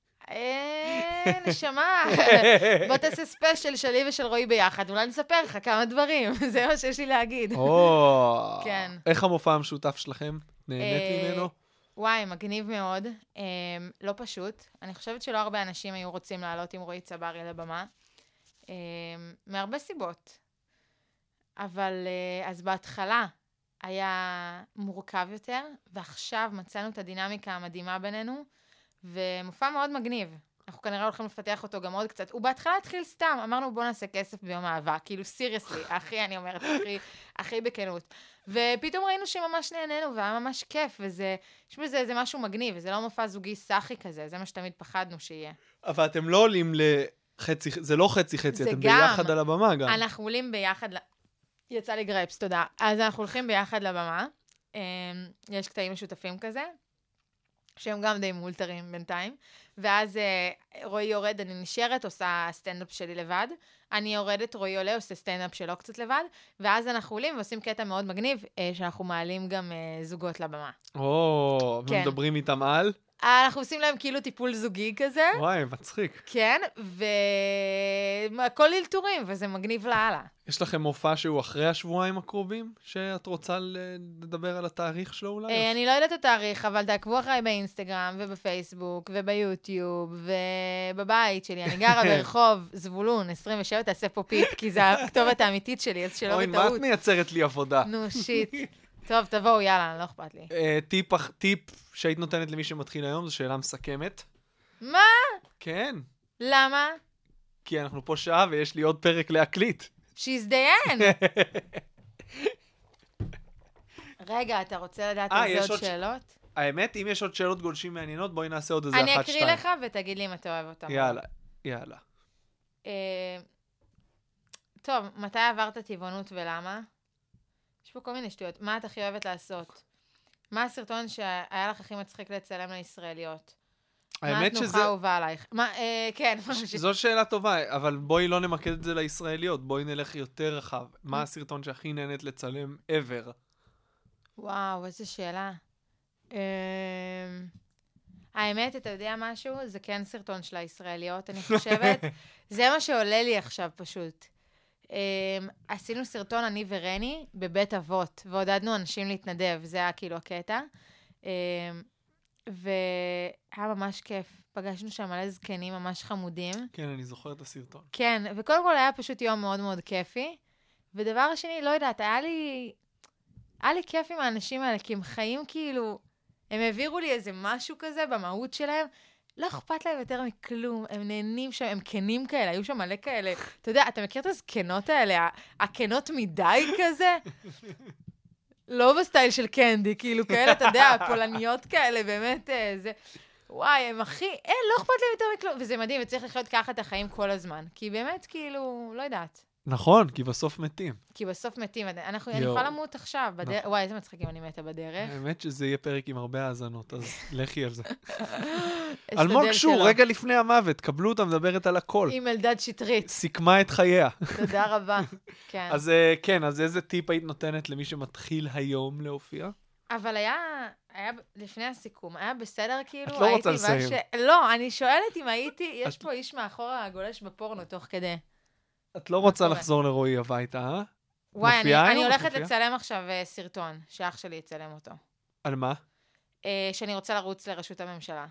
Speaker 7: נשמה, בוא תעשה ספיישל שלי ושל רועי ביחד, אולי נספר לך כמה דברים, זה מה שיש לי להגיד. כן.
Speaker 3: איך המופע המשותף שלכם? נהנית ממנו?
Speaker 7: וואי, מגניב מאוד, לא פשוט. אני חושבת שלא הרבה אנשים היו רוצים לעלות עם רועי צברי לבמה, מהרבה סיבות. אבל אז בהתחלה היה מורכב יותר, ועכשיו מצאנו את הדינמיקה המדהימה בינינו, ומופע מאוד מגניב. אנחנו כנראה הולכים לפתח אותו גם עוד קצת. הוא בהתחלה התחיל סתם, אמרנו בוא נעשה כסף ביום אהבה, כאילו סיריוסלי, אני אומרת, הכי בכנות. ופתאום ראינו שממש נהנינו, והיה ממש כיף, וזה, יש בזה זה משהו מגניב, וזה לא מופע זוגי סחי כזה, זה מה שתמיד פחדנו שיהיה.
Speaker 3: אבל אתם לא עולים לחצי, זה לא חצי, אתם ביחד על הבמה גם.
Speaker 7: אנחנו עולים ביחד, יצא לי גרייפס, תודה. אז אנחנו הולכים ביחד לבמה. יש קטעים משותפים כזה, שהם גם די מולטרים בינתיים. ואז רועי יורד, אני נשארת, עושה סטנדאפ שלי לבד. אני יורדת, רועי עולה, עושה סטנדאפ שלו קצת לבד. ואז אנחנו עולים ועושים קטע מאוד מגניב, שאנחנו מעלים גם זוגות לבמה.
Speaker 3: ומדברים איתם על?
Speaker 7: אנחנו עושים להם כאילו טיפול זוגי כזה.
Speaker 3: וואי, מצחיק.
Speaker 7: כן, והכל אלתורים, וזה מגניב להלאה.
Speaker 3: יש לכם מופע שהוא אחרי השבועיים הקרובים, שאת רוצה לדבר על התאריך שלו אולי?
Speaker 7: אני לא יודעת את התאריך, אבל תעקבו אחריי באינסטגרם, ובפייסבוק, וביוטיוב, ובבית שלי. אני גרה ברחוב זבולון 27, תעשה פה פיפ, כי זה הכתובת האמיתית שלי, אז שלא בטעות.
Speaker 3: אוי, מה את מייצרת לי עבודה?
Speaker 7: נו, שיט. טוב, תבואו, יאללה, לא אכפת לי.
Speaker 3: טיפ שהיית נותנת למי שמתחיל היום, זו שאלה מסכמת.
Speaker 7: מה?
Speaker 3: כן.
Speaker 7: למה?
Speaker 3: כי אנחנו פה שעה ויש לי עוד פרק להקליט.
Speaker 7: שיזדיין. רגע, אתה רוצה לדעת איזה עוד שאלות?
Speaker 3: האמת, אם יש עוד שאלות גולשים מעניינות, בואי נעשה עוד איזה 1-2.
Speaker 7: אני אקריא לך ותגיד לי אם אתה אוהב אותם.
Speaker 3: יאללה.
Speaker 7: טוב, מתי עברת טבעונות ולמה? יש פה כל מיני שטויות. מה את הכי אוהבת לעשות? מה הסרטון שהיה לך הכי מצחיק לצלם לישראליות? מה את נוחה אהובה עלייך? כן.
Speaker 3: זו שאלה טובה, אבל בואי לא נמקד את זה לישראליות, בואי נלך יותר רחב. מה הסרטון שהכי נהנית לצלם ever?
Speaker 7: וואו, איזו שאלה. האמת, אתה יודע משהו? זה כן סרטון של הישראליות, אני חושבת. זה מה שעולה לי עכשיו פשוט. עשינו סרטון, אני ורני, בבית אבות, ועודדנו אנשים להתנדב, זה היה כאילו הקטע. והיה ממש כיף. פגשנו שם מלא זקנים ממש חמודים.
Speaker 3: כן, אני זוכר את הסרטון.
Speaker 7: כן, וקודם כל היה פשוט יום מאוד מאוד כיפי. ודבר שני, לא יודעת, היה לי כיף עם האנשים האלה, כי הם חיים כאילו, הם העבירו לי איזה משהו כזה במהות שלהם, לא אכפת להם יותר מכלום, הם נהנים שם, הם כנים כאלה, היו שם מלא כאלה. אתה יודע, אתה מכיר את הזקנות האלה, הכנות מדי כזה? לא בסטייל של קנדי, כאילו כאלה, אתה יודע, פולניות כאלה, באמת, זה... וואי, הם הכי... לא אכפת להם יותר מכלום. וזה מדהים, וצריך לחיות ככה את החיים כל הזמן. כי באמת, כאילו, לא יודעת.
Speaker 3: נכון, כי בסוף מתים.
Speaker 7: כי בסוף מתים. אני יכולה למות עכשיו. וואי, איזה מצחיקים אני מתה בדרך.
Speaker 3: האמת שזה יהיה פרק עם הרבה האזנות, אז לכי על זה. אלמוג שור, רגע לפני המוות, קבלו אותה, מדברת על הכל.
Speaker 7: עם אלדד שטרית.
Speaker 3: סיכמה את חייה.
Speaker 7: תודה רבה. כן.
Speaker 3: אז כן, אז איזה טיפ היית נותנת למי שמתחיל היום להופיע?
Speaker 7: אבל היה לפני הסיכום, היה בסדר כאילו?
Speaker 3: את לא רוצה לסיים.
Speaker 7: לא, אני שואלת אם הייתי, יש פה איש מאחורה גולש בפורנו תוך כדי.
Speaker 3: את לא רוצה לחזור לרועי הביתה, אה?
Speaker 7: וואי, אני הולכת לצלם עכשיו סרטון, שאח שלי יצלם אותו.
Speaker 3: על מה?
Speaker 7: שאני רוצה לרוץ לראשות הממשלה.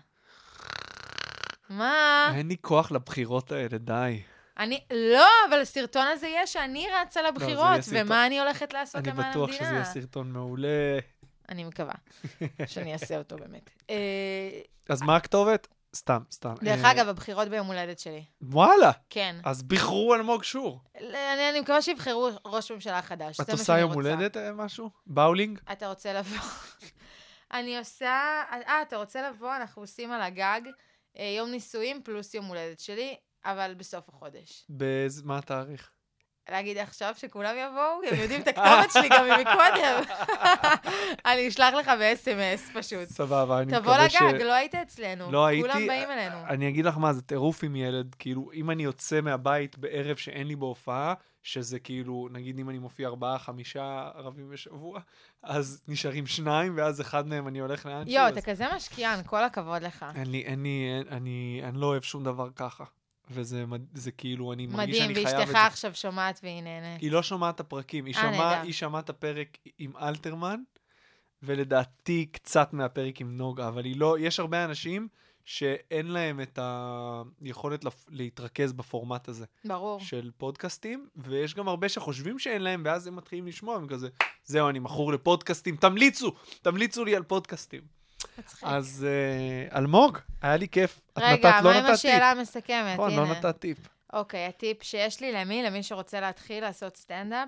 Speaker 7: מה?
Speaker 3: אין לי כוח לבחירות האלה, די.
Speaker 7: לא, אבל הסרטון הזה יהיה שאני רצה לבחירות, ומה אני הולכת לעשות למען המדינה.
Speaker 3: אני בטוח שזה יהיה סרטון מעולה.
Speaker 7: אני מקווה שאני אעשה אותו באמת.
Speaker 3: אז מה הכתובת? סתם.
Speaker 7: דרך אגב, הבחירות ביום הולדת שלי.
Speaker 3: וואלה.
Speaker 7: כן.
Speaker 3: אז בחרו אלמוג שור.
Speaker 7: אני מקווה שיבחרו ראש ממשלה חדש.
Speaker 3: את עושה יום הולדת משהו? באולינג?
Speaker 7: אתה רוצה לבוא? אני עושה... אתה רוצה לבוא? אנחנו עושים על הגג יום נישואים פלוס יום הולדת שלי, אבל בסוף החודש.
Speaker 3: מה התאריך?
Speaker 7: להגיד עכשיו שכולם יבואו, הם יודעים את הכתובת שלי גם מקודם. אני אשלח לך ב-SMS פשוט.
Speaker 3: סבבה, אני מקווה
Speaker 7: תבוא לגג, לא היית אצלנו.
Speaker 3: לא הייתי.
Speaker 7: כולם באים אלינו.
Speaker 3: אני אגיד לך מה, זה טירוף עם ילד, כאילו, אם אני יוצא מהבית בערב שאין לי בהופעה, שזה כאילו, נגיד אם אני מופיע 4-5 ערבים בשבוע, אז נשארים 2, ואז אחד מהם אני הולך לאן שהוא.
Speaker 7: אתה כזה משקיען, כל הכבוד לך.
Speaker 3: אני לא אוהב שום דבר ככה. וזה כאילו, אני מרגיש שאני
Speaker 7: מדהים,
Speaker 3: חייב את זה.
Speaker 7: ואשתך עכשיו שומעת והיא נהנית.
Speaker 3: היא לא שומעת את הפרקים, היא שמעת הפרק עם אלתרמן, ולדעתי קצת מהפרק עם נוגה, אבל היא לא, יש הרבה אנשים שאין להם את היכולת להתרכז בפורמט הזה.
Speaker 7: ברור.
Speaker 3: של פודקאסטים, ויש גם הרבה שחושבים שאין להם, ואז הם מתחילים לשמוע, הם כזה, זהו, אני מכור לפודקאסטים, תמליצו לי על פודקאסטים. אז אלמוג, היה לי כיף.
Speaker 7: רגע, מה עם השאלה המסכמת?
Speaker 3: נכון, לא נתת טיפ.
Speaker 7: אוקיי, הטיפ שיש לי למי שרוצה להתחיל לעשות סטנדאפ.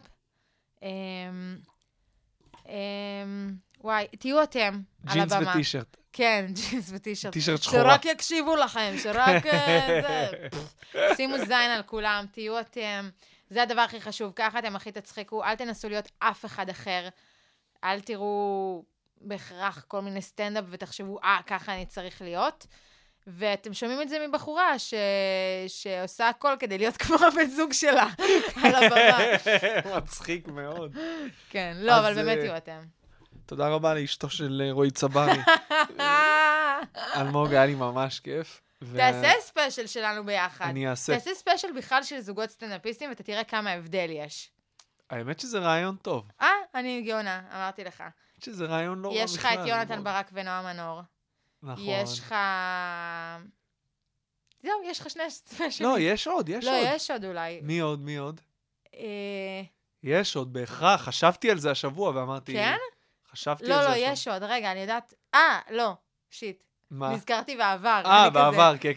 Speaker 7: וואי, תהיו אתם על הבמה.
Speaker 3: ג'ינס וטישרט.
Speaker 7: כן, ג'ינס וטישרט.
Speaker 3: טישרט שחורה.
Speaker 7: שרק יקשיבו לכם, שרק... שימו זין על כולם, תהיו אתם. זה הדבר הכי חשוב, ככה אתם הכי תצחקו, אל תנסו להיות אף אחד אחר, אל תראו בהכרח כל מיני סטנדאפ ותחשבו, ככה אני צריך להיות. ואתם שומעים את זה מבחורה שעושה הכל כדי להיות כמו הבן זוג שלה על הבמה.
Speaker 3: מצחיק מאוד.
Speaker 7: כן, לא, אבל באמת יהיו אתם.
Speaker 3: תודה רבה לאשתו של רועי צברי. אלמוג, היה לי ממש כיף.
Speaker 7: תעשה ספיישל שלנו ביחד.
Speaker 3: אני אעשה.
Speaker 7: תעשה ספיישל בכלל של זוגות סטנדאפיסטים, ואתה תראה כמה הבדל יש.
Speaker 3: האמת שזה רעיון טוב.
Speaker 7: אני גאונה, אמרתי לך.
Speaker 3: שזה רעיון לא רע בכלל.
Speaker 7: יש לך את יונתן ברק ונועם מנור.
Speaker 3: נכון.
Speaker 7: יש לך... זהו, יש לך 2 ספיישלים.
Speaker 3: לא, יש עוד.
Speaker 7: לא, יש עוד אולי.
Speaker 3: מי עוד? יש עוד, בהכרח. חשבתי על זה השבוע ואמרתי... כן? חשבתי על זה השבוע.
Speaker 7: לא, יש עוד. רגע, אני יודעת... לא, שיט.
Speaker 3: מה?
Speaker 7: נזכרתי בעבר.
Speaker 3: בעבר, כן.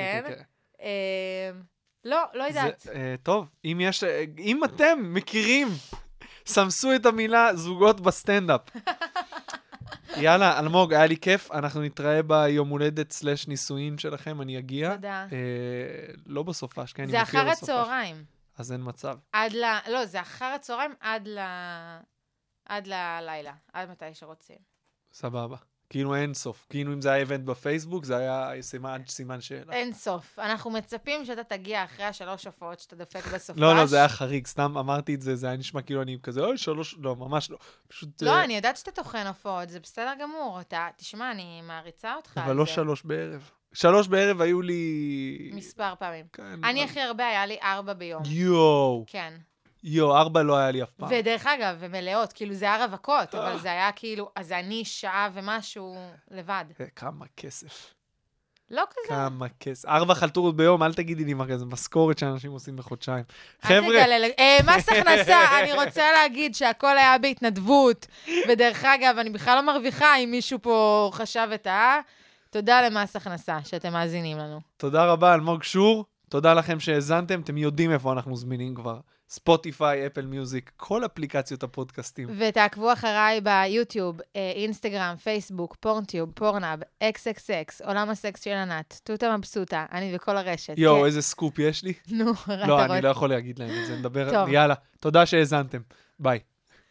Speaker 7: לא יודעת.
Speaker 3: טוב, אם אתם מכירים, סמסו את המילה זוגות בסטנדאפ. יאללה, אלמוג, היה לי כיף. אנחנו נתראה ביום הולדת / נישואין שלכם, אני אגיע.
Speaker 7: תודה.
Speaker 3: לא בסופש, כן?
Speaker 7: זה אחר הצהריים.
Speaker 3: אז אין מצב.
Speaker 7: לא, זה אחר הצהריים עד ללילה. עד מתי שרוצים.
Speaker 3: סבבה. כאילו אין סוף. כאילו אם זה היה איבנט בפייסבוק, זה היה סימן שאלה.
Speaker 7: אין סוף. אנחנו מצפים שאתה תגיע אחרי 3 הופעות שאתה דופק בסופש.
Speaker 3: לא, זה היה חריג. סתם אמרתי את זה, זה היה נשמע כאילו אני כזה, 3, לא, ממש לא. פשוט...
Speaker 7: לא, אני יודעת שאתה תוכן הופעות, זה בסדר גמור. תשמע, אני מעריצה אותך.
Speaker 3: אבל לא 3 בערב. 3 בערב היו לי...
Speaker 7: מספר פעמים. אני הכי הרבה, היה לי 4 ביום.
Speaker 3: יואו.
Speaker 7: כן.
Speaker 3: 4 לא היה לי אף פעם.
Speaker 7: ודרך אגב, ומלאות, כאילו זה היה רווקות, אבל זה היה כאילו, אז אני שעה ומשהו לבד.
Speaker 3: כמה כסף.
Speaker 7: לא כזה.
Speaker 3: כמה כסף. 4 חלטורות ביום, אל תגידי לי מה כזה, משכורת שאנשים עושים בחודשיים.
Speaker 7: חבר'ה. מס הכנסה, אני רוצה להגיד שהכל היה בהתנדבות, ודרך אגב, אני בכלל לא מרוויחה אם מישהו פה חשב את תודה למס הכנסה שאתם מאזינים לנו.
Speaker 3: תודה רבה, אלמוג שור. תודה לכם שהאזנתם, אתם יודעים איפה אנחנו זמינים כבר. ספוטיפיי, אפל מיוזיק, כל אפליקציות הפודקאסטים.
Speaker 7: ותעקבו אחריי ביוטיוב, אינסטגרם, פייסבוק, פורנטיוב, פורנאב, XXX, עולם הסקס של ענת, תותה מבסוטה, אני וכל הרשת.
Speaker 3: יואו, איזה סקופ יש לי?
Speaker 7: נו,
Speaker 3: לא, אני לא יכול להגיד להם את זה, נדבר... יאללה, תודה שהאזנתם. ביי.